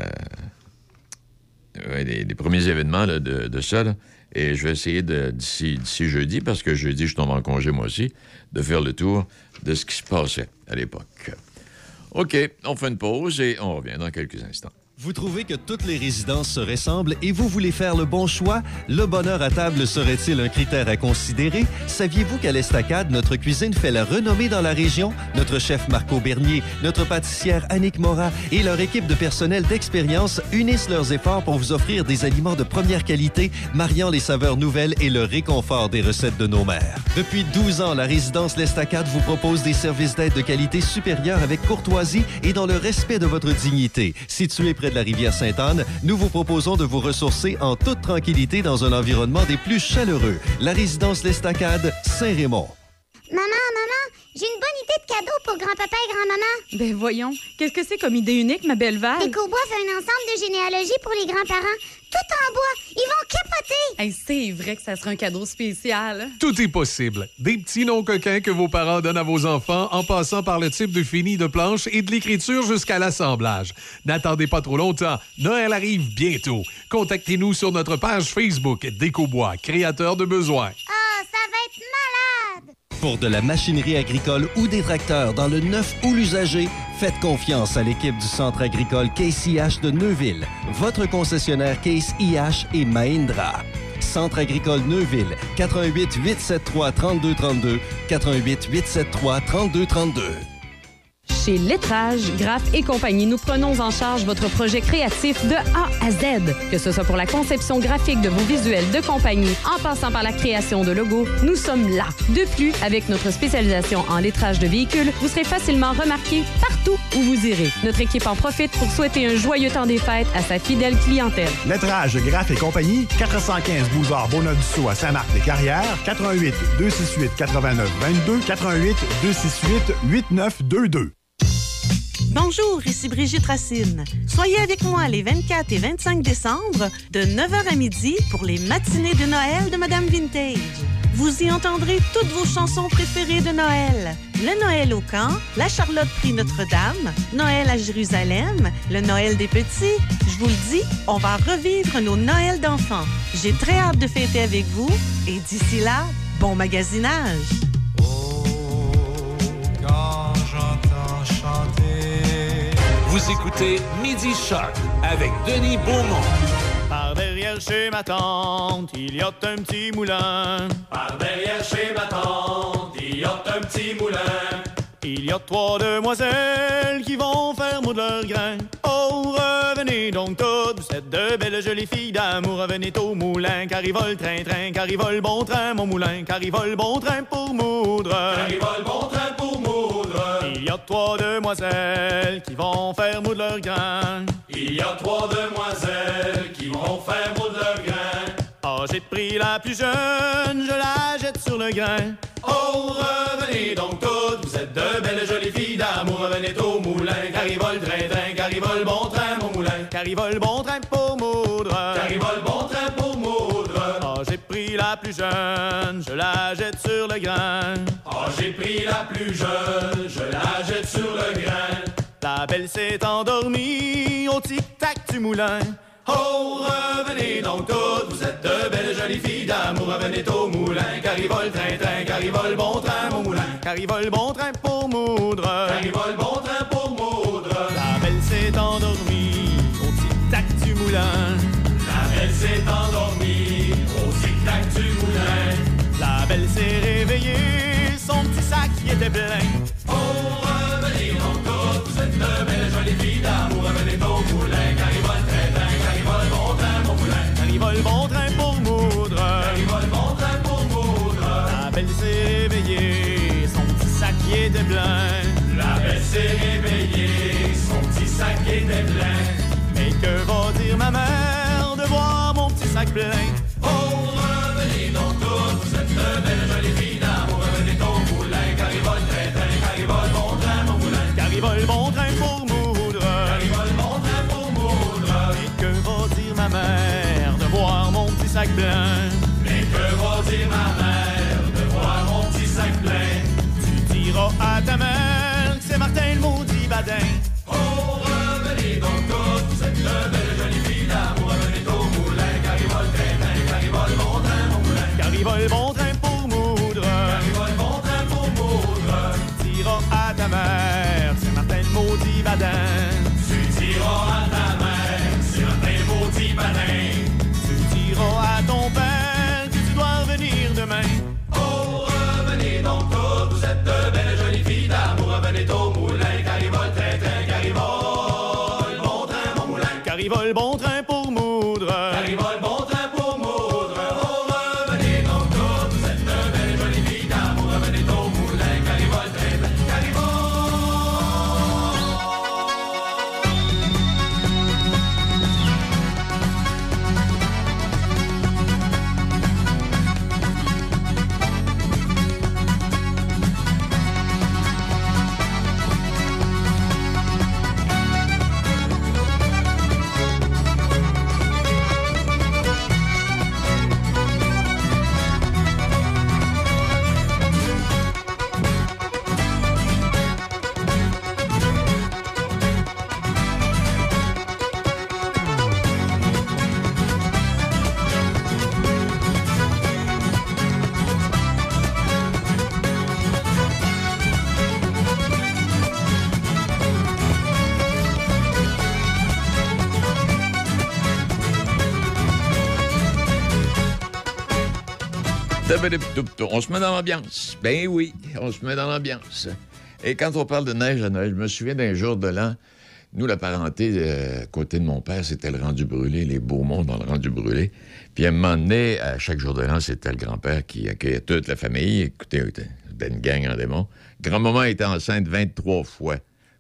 ouais, des, des premiers événements là, de, de ça. Là. Et je vais essayer de, d'ici, d'ici jeudi, parce que jeudi, je tombe en congé moi aussi, de faire le tour de ce qui se passait à l'époque. OK, on fait une pause et on revient dans quelques instants. Vous trouvez que toutes les résidences se ressemblent et vous voulez faire le bon choix? Le bonheur à table serait-il un critère à considérer? Saviez-vous qu'à l'Estacade, notre cuisine fait la renommée dans la région? Notre chef Marco Bernier, notre pâtissière Annick Morat et leur équipe de personnel d'expérience unissent leurs efforts pour vous offrir des aliments de première qualité, mariant les saveurs nouvelles et le réconfort des recettes de nos mères. Depuis douze ans, la résidence L'Estacade vous propose des services d'aide de qualité supérieure avec courtoisie et dans le respect de votre dignité. Situé près de la rivière Sainte-Anne, nous vous proposons de vous ressourcer en toute tranquillité dans un environnement des plus chaleureux. La résidence L'Estacade, Saint-Raymond. Maman, maman, j'ai une bonne idée de cadeau pour grand-papa et grand-maman. Ben voyons, qu'est-ce que c'est comme idée unique, ma belle Val? Décobois fait un ensemble de généalogie pour les grands-parents. Tout en bois. Ils vont capoter. Hey, c'est vrai que ça serait un cadeau spécial. Tout est possible. Des petits noms coquins que vos parents donnent à vos enfants en passant par le type de fini de planche et de l'écriture jusqu'à l'assemblage. N'attendez pas trop longtemps. Noël arrive bientôt. Contactez-nous sur notre page Facebook Décobois, créateur de besoins. Ah, ça va être malade. Pour de la machinerie agricole ou des tracteurs dans le neuf ou l'usager, faites confiance à l'équipe du Centre agricole Case I H de Neuville, votre concessionnaire Case I H et Mahindra. Centre agricole Neuville, quatre un huit, huit sept trois, trois deux trois deux, quatre un huit, huit sept trois, trois deux trois deux. Chez Lettrage, Graph et compagnie, nous prenons en charge votre projet créatif de A à Z. Que ce soit pour la conception graphique de vos visuels de compagnie, en passant par la création de logos, nous sommes là. De plus, avec notre spécialisation en lettrage de véhicules, vous serez facilement remarqué partout partout où vous irez. Notre équipe en profite pour souhaiter un joyeux temps des fêtes à sa fidèle clientèle. Lettrage, Graphes et compagnie, quatre cent quinze boulevard Bonneuf-Dussault à Saint-Marc-des-Carrières, quatre un huit, deux six huit, huit neuf deux deux, quatre un huit, deux six huit, huit neuf deux deux. Bonjour, ici Brigitte Racine. Soyez avec moi les vingt-quatre et vingt-cinq décembre de neuf heures à midi pour les matinées de Noël de Madame Vintage. Vous y entendrez toutes vos chansons préférées de Noël. Le Noël au camp, la Charlotte Prix Notre-Dame, Noël à Jérusalem, le Noël des petits. Je vous le dis, on va revivre nos Noëls d'enfants. J'ai très hâte de fêter avec vous et d'ici là, bon magasinage. Quand j'entends chanter. Vous écoutez Midi Choc avec Denis Beaumont. Par derrière chez ma tante, il y a un petit moulin. Par derrière chez ma tante, il y a un petit moulin. Il y a trois demoiselles qui vont faire moudre leur grain. Oh, revenez donc toutes, vous êtes de belles jolies filles d'amour. Revenez au moulin, car il vole train-train, car il vole bon train, mon moulin, car il vole bon train pour moudre. Car il vole bon train pour moudre. Il y a trois demoiselles qui vont faire moudre leur grain. Il y a trois demoiselles qui vont faire moudre leur grain. Ah, j'ai pris la plus jeune, je la jette sur le grain. Oh, revenez donc toutes, vous êtes de belles jolies filles d'amour. Revenez au moulin, car il vole train-train, car il vole bon train, mon moulin. Car il vole bon train pour moudre. Car il vole bon train pour moudre. Ah, j'ai pris la plus jeune, je la jette sur le grain. Ah, j'ai pris la plus jeune, je la jette sur le grain. La belle s'est endormie au tic-tac du moulin. Oh, revenez donc toutes, vous êtes de belles jolies filles d'amour. Revenez au moulin, car il vole train-train, car il vole bon train, mon moulin. Car il vole bon train pour moudre. Car il vole bon train pour moudre. La belle s'est endormie au tic-tac du moulin. La belle s'est endormie au tic-tac du moulin. La belle s'est réveillée, son petit sac y était plein. Oh, revenez donc toutes, vous êtes de belles jolies filles d'amour. Revenez au moulin, car il vole train-train, car il vole bon train, mon moulin. Car il vole bon train pour moudre. Car il vole bon train pour moudre. La belle s'est réveillée, son petit sac y était plein. La belle s'est réveillée, son petit sac était plein. Mais que va dire ma mère de voir mon petit sac plein? Oh, revenez donc toutes, vous êtes de belles jolies filles d'amour. Revenez au moulin, car il vole train-train, car il vole bon train, mon moulin. Car il vole bon train pour moudre. Car il vole bon train pour moudre. Et que va dire ma mère de voir mon petit sac plein? Mais que va dire ma mère de voir mon petit sac plein? Tu diras à ta mère que c'est Martin le maudit badin. Oh, revenez donc toutes, vous êtes de belles jolies filles d'amour. Revenez au moulin, car il vole train-train, car il vole bon train, mon moulin. Car il vole bon train pour moudre. Car il vole bon train pour moudre. Tu diras à ta mère que c'est Martin le maudit badin. Tu diras à ta mère que c'est Martin le maudit badin. Tu diras à ton père que tu dois revenir demain. Oh, revenez donc toutes, vous êtes de belles jolies filles d'amour. Revenez au moulin, car il vole train-train, car il vole bon train, mon moulin. Car il vole bon train pour moudre. Car il vole bon train pour moudre. Oh, revenez donc toutes, vous êtes de belles jolies filles d'amour. Revenez au moulin, car il vole train-train, car il vole. On se met dans l'ambiance. Ben oui, on se met dans l'ambiance. Et quand on parle de neige à Noël, je me souviens d'un jour de l'an, nous, la parenté, euh, côté de mon père, c'était le rendu brûlé, les Beaumont dans le rendu brûlé. Puis à un moment donné, à chaque jour de l'an, c'était le grand-père qui accueillait toute la famille. Écoutez, c'était une gang en démon. Grand-maman était enceinte vingt-trois fois.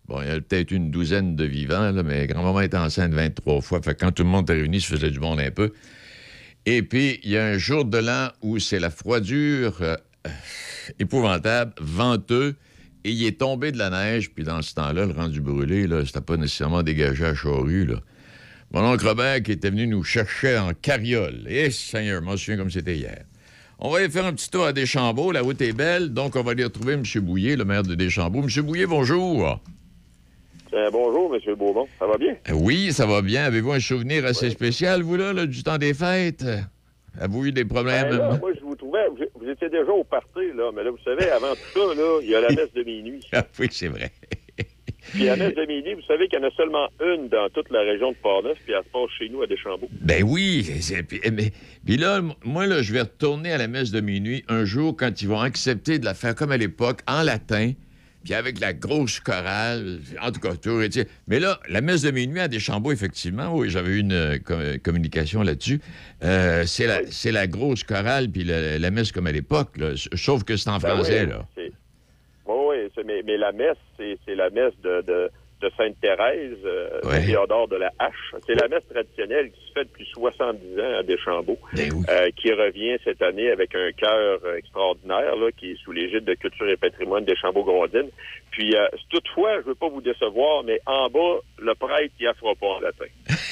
Bon, il y a peut-être une douzaine de vivants, là, mais grand-maman était enceinte vingt-trois fois. Fait que quand tout le monde était réuni, ça faisait du monde un peu. Et puis, il y a un jour de l'an où c'est la froidure euh, épouvantable, venteux, et il est tombé de la neige. Puis dans ce temps-là, le rendu brûlé, là, c'était pas nécessairement dégagé à Charrue, là. Mon oncle Robert qui était venu nous chercher en carriole. Eh, Seigneur, moi, je me souviens comme c'était hier. On va aller faire un petit tour à Deschambault. La route est belle, donc on va aller retrouver M. Bouillet, le maire de Deschambault. M. Bouillet, bonjour. Euh, bonjour, M. Beaumont. Ça va bien? Oui, ça va bien. Avez-vous un souvenir assez oui. spécial, vous, là, là, du temps des fêtes? Avez-vous eu des problèmes? Ben là, moi, je vous trouvais... Vous, vous étiez déjà au party, là. Mais là, vous savez, avant tout ça, là, il y a la messe de minuit. Ah oui, c'est vrai. Puis la messe de minuit, vous savez qu'il y en a seulement une dans toute la région de Portneuf, puis elle se passe chez nous à Deschambault. Ben oui. Puis, mais, puis là, moi, là, je vais retourner à la messe de minuit un jour quand ils vont accepter de la faire comme à l'époque, en latin, puis avec la grosse chorale, en tout cas, tout été. Mais là, la messe de minuit à Deschambault, effectivement, oui, j'avais eu une euh, com- communication là-dessus. Euh, c'est, la, c'est la grosse chorale, puis la, la messe comme à l'époque, là, sauf que c'est en ben français, oui, là. C'est... Oui, oui, mais, mais la messe, c'est, c'est la messe de, de, de Sainte-Thérèse, euh, ouais. de Théodore de la Hache. C'est la messe traditionnelle qui se fait depuis soixante-dix ans à Deschambault, ben oui. euh, qui revient cette année avec un chœur extraordinaire là, qui est sous l'égide de Culture et Patrimoine Deschambault-Grondines. Puis, euh, toutefois, je ne veux pas vous décevoir, mais en bas, le prêtre, il ne fera pas en latin.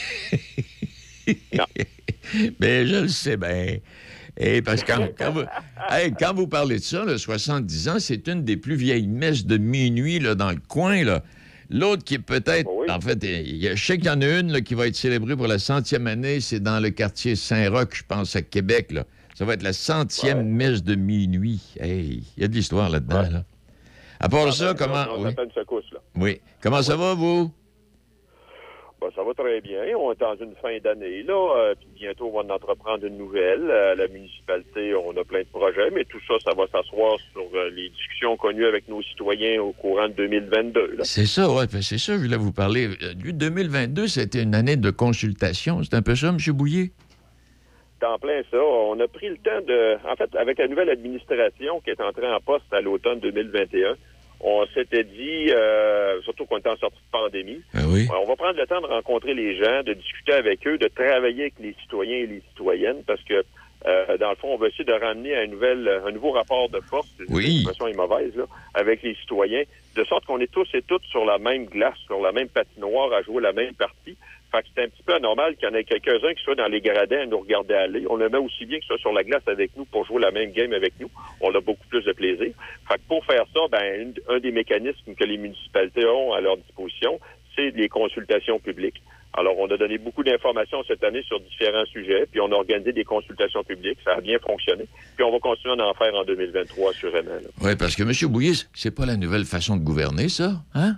Non. Mais je le sais bien. Et parce que quand, quand, vous, hey, quand vous parlez de ça, là, soixante-dix ans, c'est une des plus vieilles messes de minuit là, dans le coin. Là. L'autre qui est peut-être... Oui. En fait, il y a, je sais qu'il y en a une là, qui va être célébrée pour la centième année. C'est dans le quartier Saint-Roch, je pense, à Québec. Là. Ça va être la centième ouais. messe de minuit. Hey, il y a de l'histoire là-dedans. Ouais. Là. À part ah, ça, ben, comment... On, on oui. une secousse, là. Oui. Comment ouais. ça va, vous? Ben, ça va très bien. On est dans une fin d'année, là. Euh, puis bientôt, on va en entreprendre une nouvelle. Euh, la municipalité, on a plein de projets, mais tout ça, ça va s'asseoir sur euh, les discussions connues avec nos citoyens au courant de deux mille vingt-deux. Là. C'est ça, oui. C'est ça, je voulais vous parler. deux mille vingt-deux, c'était une année de consultation. C'est un peu ça, M. Bouillet? C'est en plein ça. On a pris le temps de... En fait, avec la nouvelle administration qui est entrée en poste à l'automne deux mille vingt et un, on s'était dit, euh, surtout qu'on était en sortie de pandémie, ah oui. on va prendre le temps de rencontrer les gens, de discuter avec eux, de travailler avec les citoyens et les citoyennes, parce que, euh, dans le fond, on va essayer de ramener un, nouvel, un nouveau rapport de force, oui. l'expression est mauvaise, là, avec les citoyens, de sorte qu'on est tous et toutes sur la même glace, sur la même patinoire, à jouer la même partie. Fait que c'est un petit peu anormal qu'il y en ait quelques-uns qui soient dans les gradins à nous regarder aller. On aimerait aussi bien qu'ils soient sur la glace avec nous pour jouer la même game avec nous. On a beaucoup plus de plaisir. Fait que pour faire ça, ben, un des mécanismes que les municipalités ont à leur disposition, c'est les consultations publiques. Alors, on a donné beaucoup d'informations cette année sur différents sujets, puis on a organisé des consultations publiques. Ça a bien fonctionné. Puis on va continuer à en faire en deux mille vingt-trois, assurément. Oui, parce que, M. Bouillet, c'est pas la nouvelle façon de gouverner, ça, hein?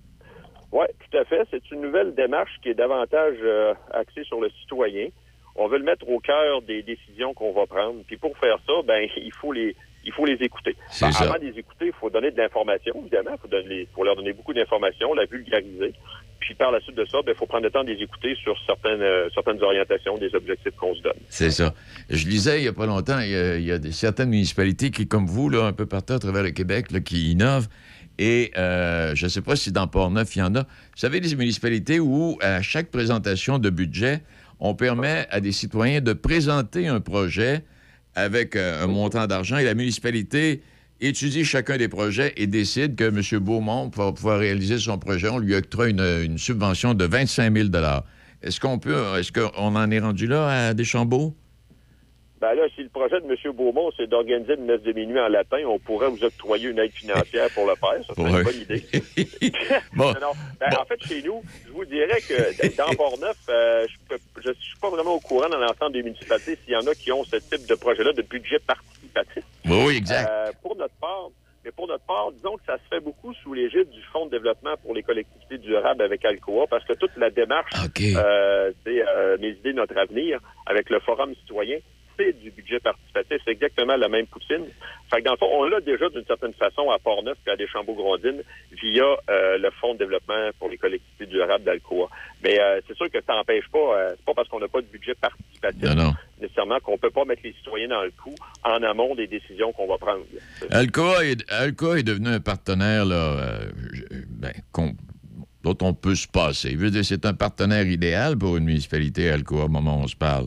Oui, tout à fait. C'est une nouvelle démarche qui est davantage euh, axée sur le citoyen. On veut le mettre au cœur des décisions qu'on va prendre. Puis pour faire ça, ben il faut les il faut les écouter. Ben, avant de les écouter, il faut donner de l'information, évidemment. Il faut, donner, faut leur donner beaucoup d'informations, la vulgariser. Puis par la suite de ça, il ben, faut prendre le temps de les écouter sur certaines euh, certaines orientations, des objectifs qu'on se donne. C'est ça. Je lisais il n'y a pas longtemps, il y a, il y a des, certaines municipalités qui, comme vous, là, un peu partout à travers le Québec, là, qui innovent. Et euh, je ne sais pas si dans Portneuf, il y en a. Vous savez, des municipalités où, à chaque présentation de budget, on permet à des citoyens de présenter un projet avec euh, un montant d'argent et la municipalité étudie chacun des projets et décide que M. Beaumont, pour pouvoir réaliser son projet, on lui octroie une, une subvention de vingt-cinq mille dollars. Est-ce qu'on peut, est-ce qu'on en est rendu là à Deschambault? Ben là, si le projet de M. Beaumont, c'est d'organiser une messe de minuit en latin, on pourrait vous octroyer une aide financière pour le faire. Ça serait ouais. une bonne idée. bon. non, ben, bon. En fait, chez nous, je vous dirais que dans Portneuf, euh, je ne suis pas vraiment au courant dans l'ensemble des municipalités s'il y en a qui ont ce type de projet-là de budget participatif. Oui, exact. Euh, pour notre part, mais pour notre part, disons que ça se fait beaucoup sous l'égide du Fonds de développement pour les collectivités durables avec Alcoa, parce que toute la démarche, okay. euh, c'est euh, Mes idées, notre avenir, avec le Forum citoyen, c'est du budget participatif. C'est exactement la même poutine. Fait que dans le fond, on l'a déjà d'une certaine façon à Port-Neuf et à Deschambault-Grondines via euh, le Fonds de développement pour les collectivités durables d'Alcoa. Mais euh, c'est sûr que ça n'empêche pas, euh, c'est pas parce qu'on n'a pas de budget participatif non, non. nécessairement qu'on peut pas mettre les citoyens dans le coup en amont des décisions qu'on va prendre. Alcoa est, Alcoa est devenu un partenaire là, euh, ben, qu'on, dont on peut se passer. Je veux dire, c'est un partenaire idéal pour une municipalité, Alcoa, au moment où on se parle.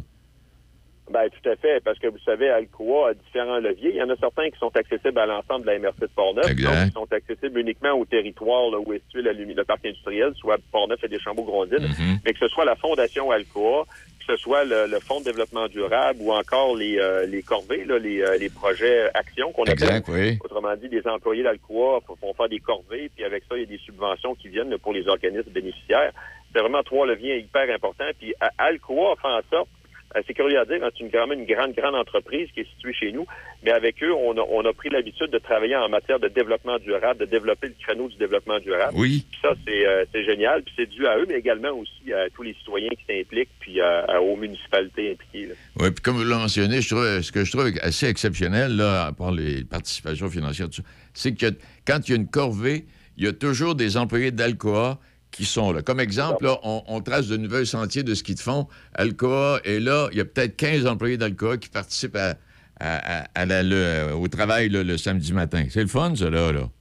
Ben tout à fait, parce que vous savez, Alcoa a différents leviers. Il y en a certains qui sont accessibles à l'ensemble de la M R C de Port-Neuf, d'autres qui sont accessibles uniquement au territoire là, où est situé la, le parc industriel, soit Port-Neuf et Deschambault-Grondines, mm-hmm. mais que ce soit la Fondation Alcoa, que ce soit le, le Fonds de développement durable ou encore les, euh, les corvées, là, les, euh, les projets actions qu'on appelle. Oui. Autrement dit, des employés d'Alcoa font faire des corvées, puis avec ça, il y a des subventions qui viennent là, pour les organismes bénéficiaires. C'est vraiment trois leviers hyper importants. Puis Alcoa fait en sorte, c'est curieux à dire, hein, c'est une, quand même une grande, grande entreprise qui est située chez nous, mais avec eux, on a, on a pris l'habitude de travailler en matière de développement durable, de développer le créneau du développement durable. Oui. Puis ça, c'est, euh, c'est génial, puis c'est dû à eux, mais également aussi à tous les citoyens qui s'impliquent, puis euh, aux municipalités impliquées. Là. Oui, puis comme vous l'avez mentionné, je trouve, ce que je trouve assez exceptionnel, là, à part les participations financières, c'est que quand il y a une corvée, il y a toujours des employés d'Alcoa qui sont là. Comme exemple, là, on, on trace de nouveaux sentiers de ski de fond. Alcoa est là. Il y a peut-être quinze employés d'Alcoa qui participent à, à, à, à la, le, au travail là, le samedi matin. C'est le fun, ça, là. là.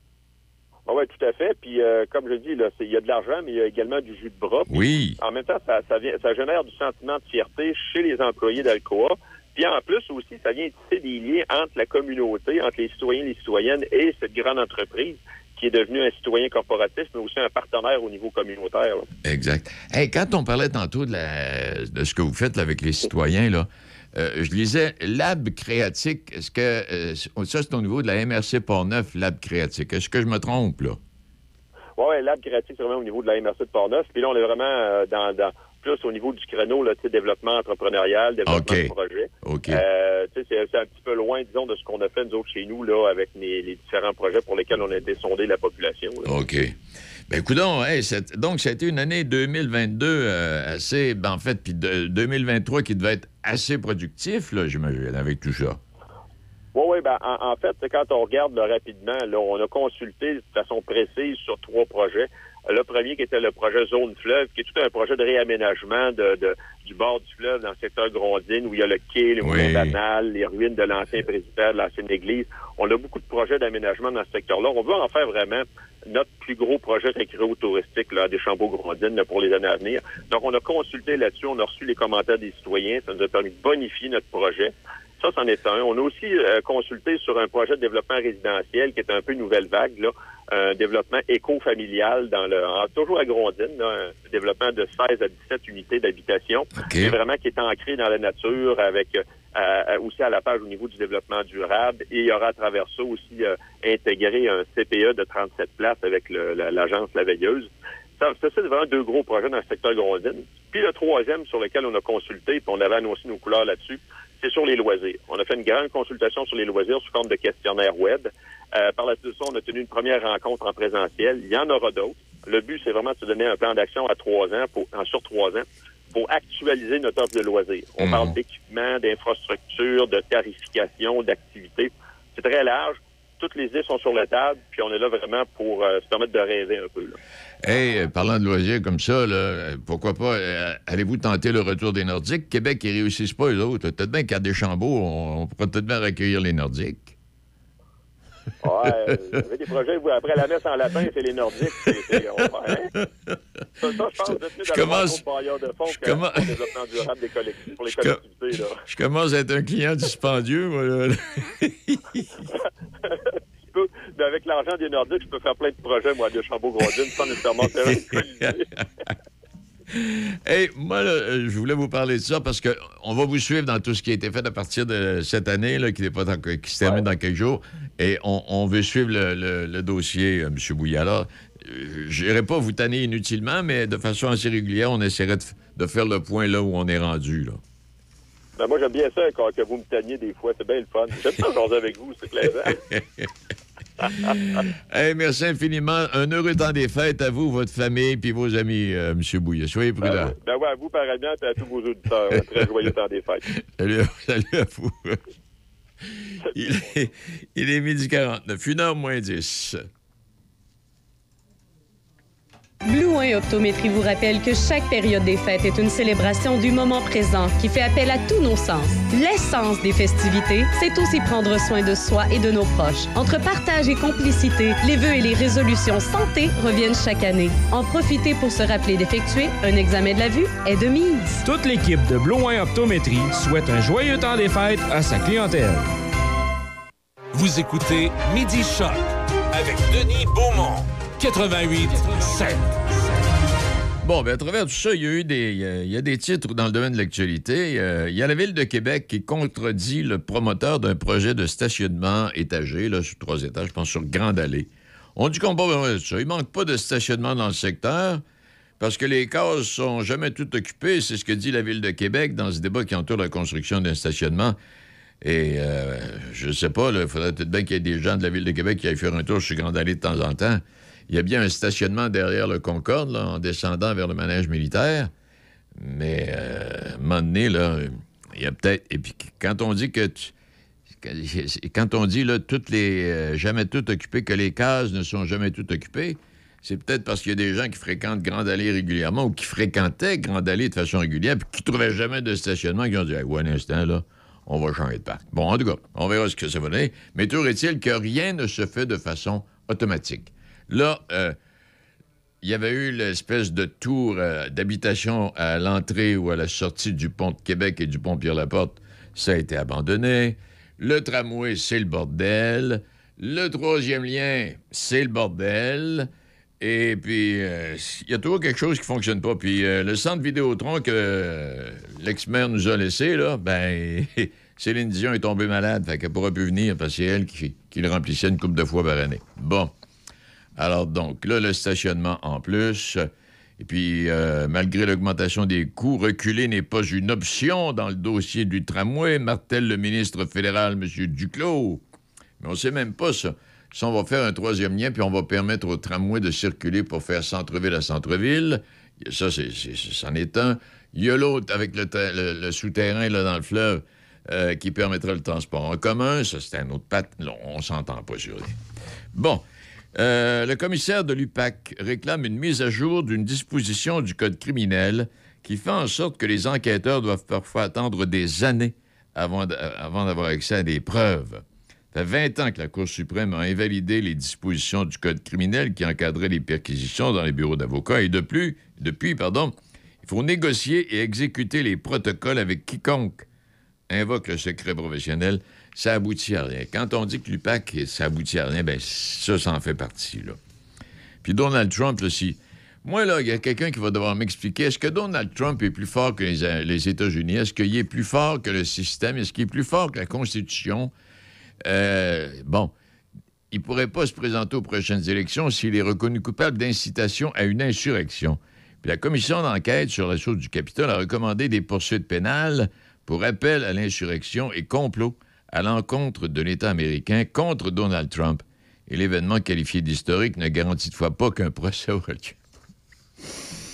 Ah oui, tout à fait. Puis, euh, comme je dis, là, il y a de l'argent, mais il y a également du jus de bras. Puis, oui. En même temps, ça, ça, vient, ça génère du sentiment de fierté chez les employés d'Alcoa. Puis, en plus aussi, ça vient tisser des liens entre la communauté, entre les citoyens et les citoyennes et cette grande entreprise qui est devenu un citoyen corporatif, mais aussi un partenaire au niveau communautaire. Là. Exact. Hey, quand on parlait tantôt de, la, de ce que vous faites là, avec les citoyens, là, euh, je lisais Lab Créatique. Est-ce que euh, ça, c'est au niveau de la M R C Port-Neuf, Lab Créatique? Est-ce que je me trompe, là? Oui, ouais, Lab Créatique, c'est vraiment au niveau de la M R C de Port-Neuf. Puis là, on est vraiment euh, dans... dans plus au niveau du créneau, là, développement entrepreneurial, développement okay. de projet. Okay. Euh, c'est, c'est un petit peu loin, disons, de ce qu'on a fait, nous autres, chez nous, là, avec les, les différents projets pour lesquels on a été sondé la population. Là. OK. Bien, coudonc, hey, c'est, donc, ça a été une année deux mille vingt-deux euh, assez, ben, en fait, puis de, deux mille vingt-trois qui devait être assez productif, là, j'imagine, avec tout ça. Oui, oui, ben, en, en fait, quand on regarde là, rapidement, là, on a consulté de façon précise sur trois projets. Le premier qui était le projet Zone Fleuve, qui est tout un projet de réaménagement de, de, du bord du fleuve dans le secteur Grondines, où il y a le quai, le moulin oui. banal, les ruines de l'ancien presbytère, de l'ancienne église. On a beaucoup de projets d'aménagement dans ce secteur-là. On veut en faire vraiment notre plus gros projet récréo-touristique là, à Deschambault-Grondines là, pour les années à venir. Donc, on a consulté là-dessus, on a reçu les commentaires des citoyens. Ça nous a permis de bonifier notre projet. Ça, c'en est un. On a aussi euh, consulté sur un projet de développement résidentiel qui est un peu une nouvelle vague, là, un développement éco-familial dans le en, toujours à Grondines, là, un développement de seize à dix-sept unités d'habitation, okay. mais vraiment qui est ancré dans la nature, avec euh, aussi à la page au niveau du développement durable, et il y aura à travers ça aussi euh, intégré un C P E de trente-sept places avec le, la, l'agence La Veilleuse. Ça, ça, c'est vraiment deux gros projets dans le secteur Grondines. Puis le troisième sur lequel on a consulté, puis on avait annoncé nos couleurs là-dessus, c'est sur les loisirs. On a fait une grande consultation sur les loisirs sous forme de questionnaire web. Euh, par la suite de ça, on a tenu une première rencontre en présentiel. Il y en aura d'autres. Le but, c'est vraiment de se donner un plan d'action à trois ans, pour, en sur trois ans, pour actualiser notre offre de loisirs. On mmh. parle d'équipement, d'infrastructure, de tarification, d'activités. C'est très large. Toutes les idées sont sur la table, puis on est là vraiment pour euh, se permettre de rêver un peu. Là. Hey, parlant de loisirs comme ça, là, pourquoi pas, euh, allez-vous tenter le retour des Nordiques? Québec, ils réussissent pas, eux autres. Peut-être bien qu'à Deschambault, on, on pourrait peut-être bien recueillir les Nordiques. Ouais, j'avais des projets, vous, après la messe en latin, c'est les Nordiques. C'est, c'est, on, hein? ça, ça, je pense que c'est je commence, un bailleur de fonds que commence, pour le développement durable des collectivités, pour les collectivités. Là. Je commence à être un client dispendieux, moi. Là. Mais avec l'argent des Nordiques, je peux faire plein de projets, moi, à Deschambault-Grondines, sans nécessairement faire une Hey, moi, là, je voulais vous parler de ça parce qu'on va vous suivre dans tout ce qui a été fait à partir de cette année, là, qui, n'est pas dans, qui se termine ouais. dans quelques jours. Et on, on veut suivre le, le, le dossier, euh, M. Bouillard. Je n'irai pas vous tanner inutilement, mais de façon assez régulière, on essaierait de, de faire le point là où on est rendu. Là. Ben, moi, j'aime bien ça quand que vous me teniez des fois. C'est bien le fun. J'aime ça jaser avec vous. C'est plaisant. Hey, merci infiniment. Un heureux temps des fêtes à vous, votre famille puis vos amis, euh, M. Bouillet. Soyez prudents. Ben, ouais. ben ouais, à vous, pareillement, et à tous vos auditeurs. Un très joyeux temps des fêtes. Salut, salut à vous. Il est, il est midi quarante-neuf, une heure moins dix. Blue One Optométrie vous rappelle que chaque période des fêtes est une célébration du moment présent qui fait appel à tous nos sens. L'essence des festivités, c'est aussi prendre soin de soi et de nos proches. Entre partage et complicité, les vœux et les résolutions santé reviennent chaque année. En profitez pour se rappeler d'effectuer un examen de la vue est de mise. Toute l'équipe de Blue One Optométrie souhaite un joyeux temps des fêtes à sa clientèle. Vous écoutez Midi Choc avec Denis Beaumont. quatre-vingt-huit sept. Bon, bien, à travers tout ça, il y a eu des, il y a des titres dans le domaine de l'actualité. Euh, il y a la Ville de Québec qui contredit le promoteur d'un projet de stationnement étagé, là, sur trois étages, je pense, sur Grande Allée. On dit qu'on va ça. Il manque pas de stationnement dans le secteur parce que les cases sont jamais toutes occupées. C'est ce que dit la Ville de Québec dans ce débat qui entoure la construction d'un stationnement. Et euh, je sais pas, il faudrait peut-être bien qu'il y ait des gens de la Ville de Québec qui aillent faire un tour sur Grande Allée de temps en temps. Il y a bien un stationnement derrière le Concorde, là, en descendant vers le manège militaire. Mais euh, à un moment donné, là, il y a peut-être... Et puis quand on dit que... Tu... Quand on dit, là, toutes les... Euh, jamais toutes occupées, que les cases ne sont jamais toutes occupées, c'est peut-être parce qu'il y a des gens qui fréquentent Grande Allée régulièrement ou qui fréquentaient Grande Allée de façon régulière puis qui ne trouvaient jamais de stationnement, qui ont dit hey, « Ouais, un instant, là, on va changer de parc. » Bon, en tout cas, on verra ce que ça va donner. Mais toujours est-il que rien ne se fait de façon automatique. Là, euh, il y avait eu l'espèce de tour euh, d'habitation à l'entrée ou à la sortie du pont de Québec et du pont Pierre-Laporte. Ça a été abandonné. Le tramway, c'est le bordel. Le troisième lien, c'est le bordel. Et puis, il euh, y a toujours quelque chose qui fonctionne pas. Puis, euh, le centre Vidéotron que euh, l'ex-maire nous a laissé, là, ben, Céline Dion est tombée malade. Fait qu'elle pourra plus venir parce que c'est elle qui, qui le remplissait une couple de fois par année. Bon. Alors donc, là, le stationnement en plus. Et puis, euh, malgré l'augmentation des coûts, reculer n'est pas une option dans le dossier du tramway, martèle le ministre fédéral, M. Duclos. Mais on ne sait même pas ça. Si on va faire un troisième lien, puis on va permettre au tramway de circuler pour faire centre-ville à centre-ville, ça, c'est, c'est, c'en est un. Il y a l'autre avec le, le, le souterrain là, dans le fleuve euh, qui permettra le transport en commun. Ça, c'est un autre patte. Là, on s'entend pas sur les... Bon. Euh, le commissaire de l'U P A C réclame une mise à jour d'une disposition du Code criminel qui fait en sorte que les enquêteurs doivent parfois attendre des années avant, d- avant d'avoir accès à des preuves. Ça fait vingt ans que la Cour suprême a invalidé les dispositions du Code criminel qui encadraient les perquisitions dans les bureaux d'avocats et de plus, depuis, pardon, il faut négocier et exécuter les protocoles avec quiconque invoque le secret professionnel. Ça aboutit à rien. Quand on dit que l'U P A C, ça aboutit à rien, bien, ça, ça en fait partie, là. Puis Donald Trump, là, si... Moi, là, il y a quelqu'un qui va devoir m'expliquer, est-ce que Donald Trump est plus fort que les, les États-Unis? Est-ce qu'il est plus fort que le système? Est-ce qu'il est plus fort que la Constitution? Euh, bon, il ne pourrait pas se présenter aux prochaines élections s'il est reconnu coupable d'incitation à une insurrection. Puis la commission d'enquête sur l'assaut du Capitole a recommandé des poursuites pénales pour appel à l'insurrection et complot à l'encontre de l'État américain contre Donald Trump. Et l'événement qualifié d'historique ne garantit toutefois pas qu'un procès aura lieu.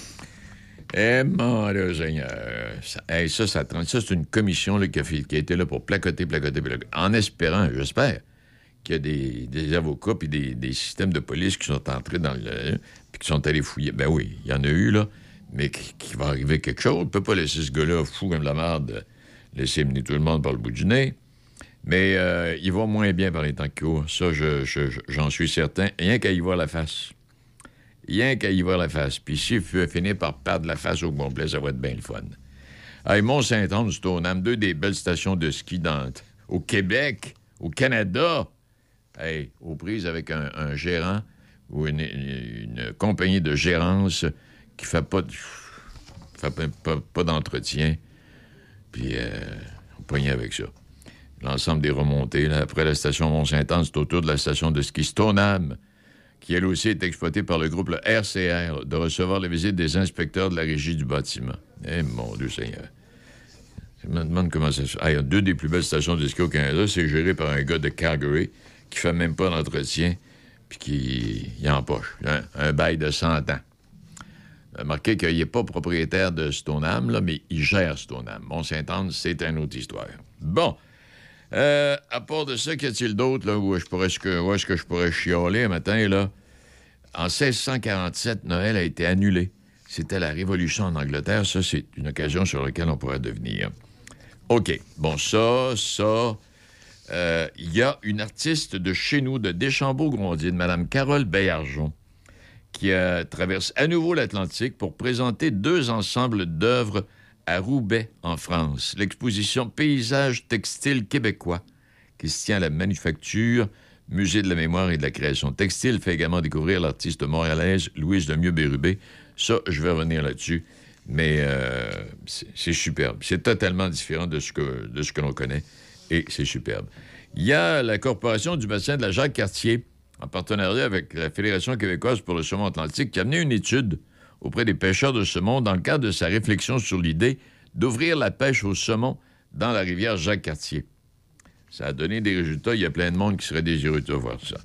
Eh, mon Dieu Seigneur! Ça, hey, ça, ça, ça, c'est une commission là, qui, a fait, qui a été là pour placoter, placoter, placoter, en espérant, j'espère, qu'il y a des, des avocats puis des, des systèmes de police qui sont entrés dans le... puis qui sont allés fouiller. Ben oui, il y en a eu, là, mais qu'il va arriver quelque chose. On ne peut pas laisser ce gars-là fou comme la merde, laisser mener tout le monde par le bout du nez. Mais euh, il va moins bien par les temps qui courent. Ça, je, je, je, j'en suis certain. Rien qu'à y voir la face. Rien qu'à y voir la face. Puis s'il veut finir par perdre la face au complet, ça va être bien le fun. Hey, Mont-Saint-Anne, Stoneham, deux des belles stations de ski dans, au Québec, au Canada. Hey, aux prises avec un, un gérant ou une, une, une compagnie de gérance qui fait pas, de, fait pas, pas, pas d'entretien. Puis euh, on poignait avec ça. L'ensemble des remontées, là, après la station Mont-Saint-Anne, c'est autour de la station de ski Stoneham, qui elle aussi est exploitée par le groupe le R C R, de recevoir la visite des inspecteurs de la régie du bâtiment. Eh, mon Dieu Seigneur. Je me demande comment ça se fait. Ah, il y a deux des plus belles stations de ski au Canada. C'est géré par un gars de Calgary qui fait même pas d'entretien puis qui il empoche. Hein? Un bail de cent ans. Remarquez qu'il n'est pas propriétaire de Stoneham, là, mais il gère Stoneham. Mont-Saint-Anne, c'est une autre histoire. Bon. Euh, à part de ça, qu'y a-t-il d'autre, là, où, je pourrais, où est-ce que je pourrais chialer un matin, là? En seize cent quarante-sept, Noël a été annulé. C'était la Révolution en Angleterre. Ça, c'est une occasion sur laquelle on pourrait devenir. OK. Bon, ça, ça... Il euh, y a une artiste de chez nous, de Deschambault-Grondines, Mme Carole Baillargeon, qui euh, traverse à nouveau l'Atlantique pour présenter deux ensembles d'œuvres à Roubaix, en France. L'exposition Paysages textiles québécois, qui se tient à la Manufacture, Musée de la mémoire et de la création textile, fait également découvrir l'artiste montréalaise Louise Lemieux-Bérubé. Ça, je vais revenir là-dessus, mais euh, c'est, c'est superbe. C'est totalement différent de ce que, de ce que l'on connaît, et c'est superbe. Il y a la Corporation du bassin de la Jacques-Cartier, en partenariat avec la Fédération québécoise pour le saumon atlantique, qui a mené une étude auprès des pêcheurs de saumon dans le cadre de sa réflexion sur l'idée d'ouvrir la pêche au saumon dans la rivière Jacques-Cartier. Ça a donné des résultats. Il y a plein de monde qui serait désireux de voir ça.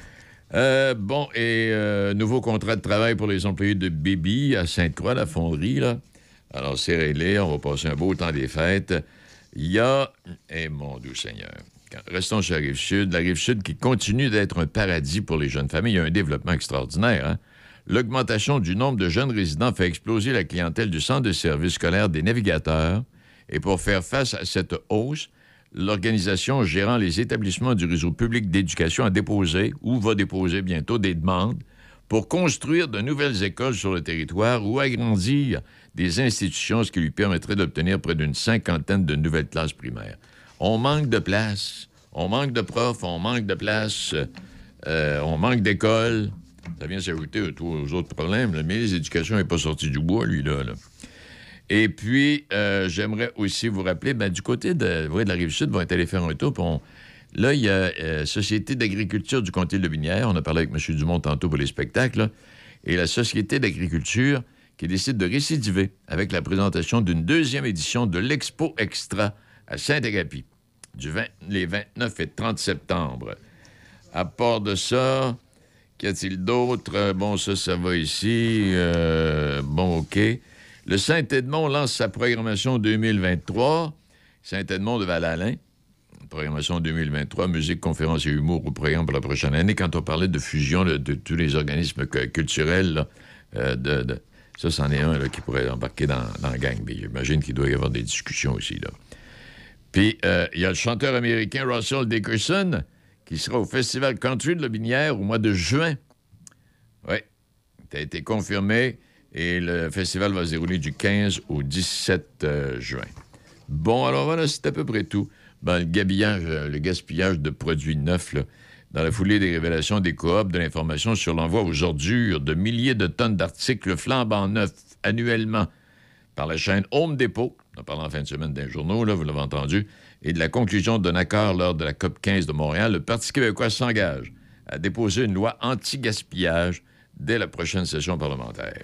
Euh, bon, et euh, nouveau contrat de travail pour les employés de Bébi à Sainte-Croix, la fonderie, là. Alors, c'est réglé. On va passer un beau temps des fêtes. Il y a... Eh, mon doux Seigneur. Restons sur la Rive-Sud. La Rive-Sud qui continue d'être un paradis pour les jeunes familles. Il y a un développement extraordinaire, hein? L'augmentation du nombre de jeunes résidents fait exploser la clientèle du centre de service scolaire des navigateurs. Et pour faire face à cette hausse, l'organisation gérant les établissements du réseau public d'éducation a déposé, ou va déposer bientôt, des demandes pour construire de nouvelles écoles sur le territoire ou agrandir des institutions, ce qui lui permettrait d'obtenir près d'une cinquantaine de nouvelles classes primaires. On manque de place, on manque de profs, on manque de place, euh, on manque d'écoles. Ça vient s'ajouter aux autres problèmes. Le ministre de l'Éducation n'est pas sorti du bois, lui, là. là. Et puis, euh, j'aimerais aussi vous rappeler, ben, du côté de, ouais, de la Rive-Sud, on va aller faire un tour. On... Là, il y a euh, Société d'agriculture du comté de Lotbinière. On a parlé avec M. Dumont tantôt pour les spectacles. Là. Et la Société d'agriculture qui décide de récidiver avec la présentation d'une deuxième édition de l'Expo Extra à Saint-Agapi, du vingt, les vingt-neuf et trente septembre. À part de ça... Qu'y a-t-il d'autre? Bon, ça, ça va ici. Euh, bon, OK. Le Saint-Edmond lance sa programmation deux mille vingt-trois. Saint-Edmond de Val-Alain. Programmation deux mille vingt-trois, musique, conférences et humour au programme pour la prochaine année. Quand on parlait de fusion là, de tous les organismes culturels, là, euh, de, de, ça, c'en est un là, qui pourrait embarquer dans, dans la gang. Mais j'imagine qu'il doit y avoir des discussions aussi. Là. Puis, il euh, y a le chanteur américain Russell Dickerson, qui sera au Festival Country de Lotbinière au mois de juin. Oui, ça a été confirmé et le festival va se dérouler du quinze au dix-sept euh, juin. Bon, alors voilà, c'est à peu près tout. Ben, le gabillage, le gaspillage de produits neufs, là, dans la foulée des révélations des coops de l'information sur l'envoi aux ordures de milliers de tonnes d'articles flambant neufs annuellement par la chaîne Home Depot, on en parle en fin de semaine d'un journaux, là, vous l'avez entendu, et de la conclusion d'un accord lors de la C O P quinze de Montréal, le Parti québécois s'engage à déposer une loi anti-gaspillage dès la prochaine session parlementaire.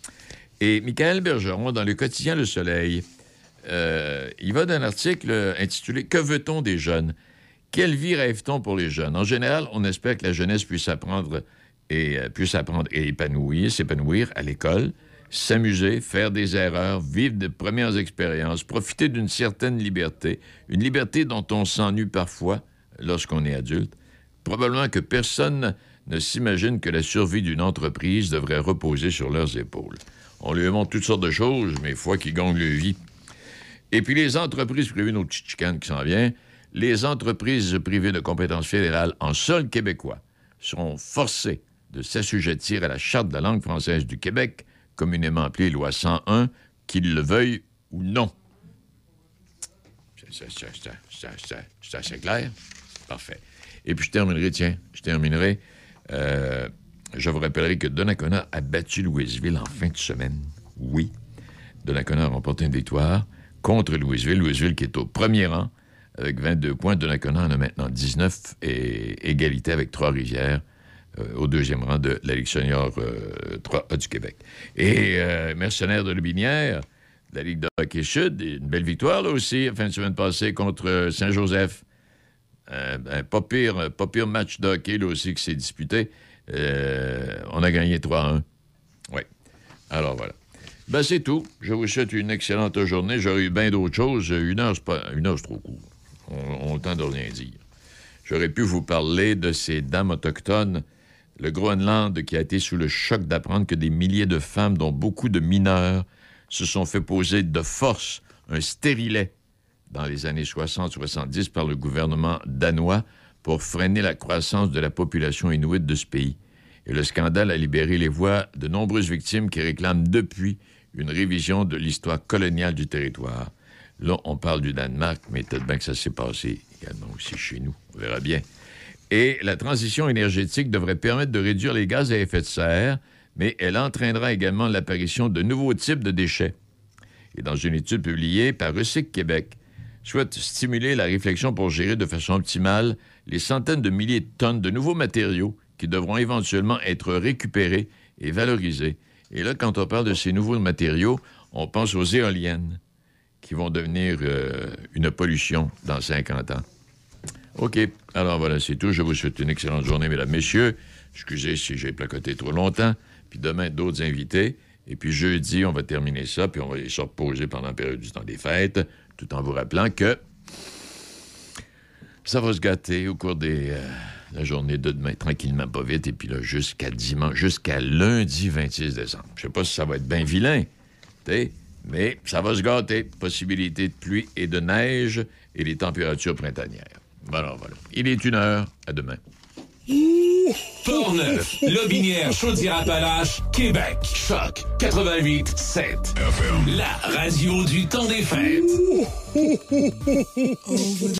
Et Michael Bergeron, dans le quotidien Le Soleil, euh, il va d'un article intitulé « Que veut-on des jeunes? Quelle vie rêve-t-on pour les jeunes? » En général, on espère que la jeunesse puisse apprendre et, euh, puisse apprendre et épanouir, s'épanouir à l'école, s'amuser, faire des erreurs, vivre de premières expériences, profiter d'une certaine liberté, une liberté dont on s'ennuie parfois lorsqu'on est adulte. Probablement que personne ne s'imagine que la survie d'une entreprise devrait reposer sur leurs épaules. On lui montre toutes sortes de choses, mais il faut qu'ils gagnent leur vie. Et puis les entreprises privées, nos petites chicanes qui s'en viennent, les entreprises privées de compétences fédérales en sol québécois seront forcées de s'assujettir à la Charte de la langue française du Québec, communément appelée Loi cent un, qu'ils le veuillent ou non. C'est, c'est, c'est, c'est, c'est, c'est assez clair? Parfait. Et puis je terminerai, tiens, je terminerai. Euh, je vous rappellerai que Donnacona a battu Louisville en fin de semaine. Oui. Donnacona a remporté une victoire contre Louisville. Louisville qui est au premier rang avec vingt-deux points. Donnacona en a maintenant dix-neuf et égalité avec Trois-Rivières euh, au deuxième rang de la Ligue senior euh, trois A du Québec. Et euh, Mercenaires de Lotbinière, la Ligue de hockey sud. Une belle victoire, là aussi, la fin de semaine passée, contre Saint-Joseph. Euh, ben, pas pire, pas pire match de hockey, là aussi, qui s'est disputé. Euh, on a gagné trois à un. Oui. Alors, voilà. Ben, c'est tout. Je vous souhaite une excellente journée. J'aurais eu bien d'autres choses. Une heure, c'est pas... Une heure, c'est trop court. On, on a le temps de rien dire. J'aurais pu vous parler de ces dames autochtones. Le Groenland qui a été sous le choc d'apprendre que des milliers de femmes, dont beaucoup de mineurs, se sont fait poser de force un stérilet dans les années soixante soixante-dix par le gouvernement danois pour freiner la croissance de la population inuite de ce pays. Et le scandale a libéré les voix de nombreuses victimes qui réclament depuis une révision de l'histoire coloniale du territoire. Là, on parle du Danemark, mais peut-être bien que ça s'est passé également aussi chez nous. On verra bien. Et la transition énergétique devrait permettre de réduire les gaz à effet de serre, mais elle entraînera également l'apparition de nouveaux types de déchets. Et dans une étude publiée par Recyc Québec, souhaite stimuler la réflexion pour gérer de façon optimale les centaines de milliers de tonnes de nouveaux matériaux qui devront éventuellement être récupérés et valorisés. Et là, quand on parle de ces nouveaux matériaux, on pense aux éoliennes qui vont devenir euh, une pollution dans cinquante ans. OK. Alors voilà, c'est tout. Je vous souhaite une excellente journée, mesdames, messieurs. Excusez si j'ai placoté trop longtemps. Puis demain, d'autres invités. Et puis jeudi, on va terminer ça, puis on va se reposer pendant la période du temps des fêtes, tout en vous rappelant que ça va se gâter au cours de euh, la journée de demain, tranquillement, pas vite, et puis là, jusqu'à dimanche, jusqu'à lundi vingt-six décembre. Je sais pas si ça va être bien vilain, t'sais, mais ça va se gâter. Possibilité de pluie et de neige et les températures printanières. Voilà, voilà. Il est une heure. À demain. Portneuf, Lobinière, Chaudière-Appalaches, Québec. Choc quatre-vingt-huit sept. La radio du temps des fêtes.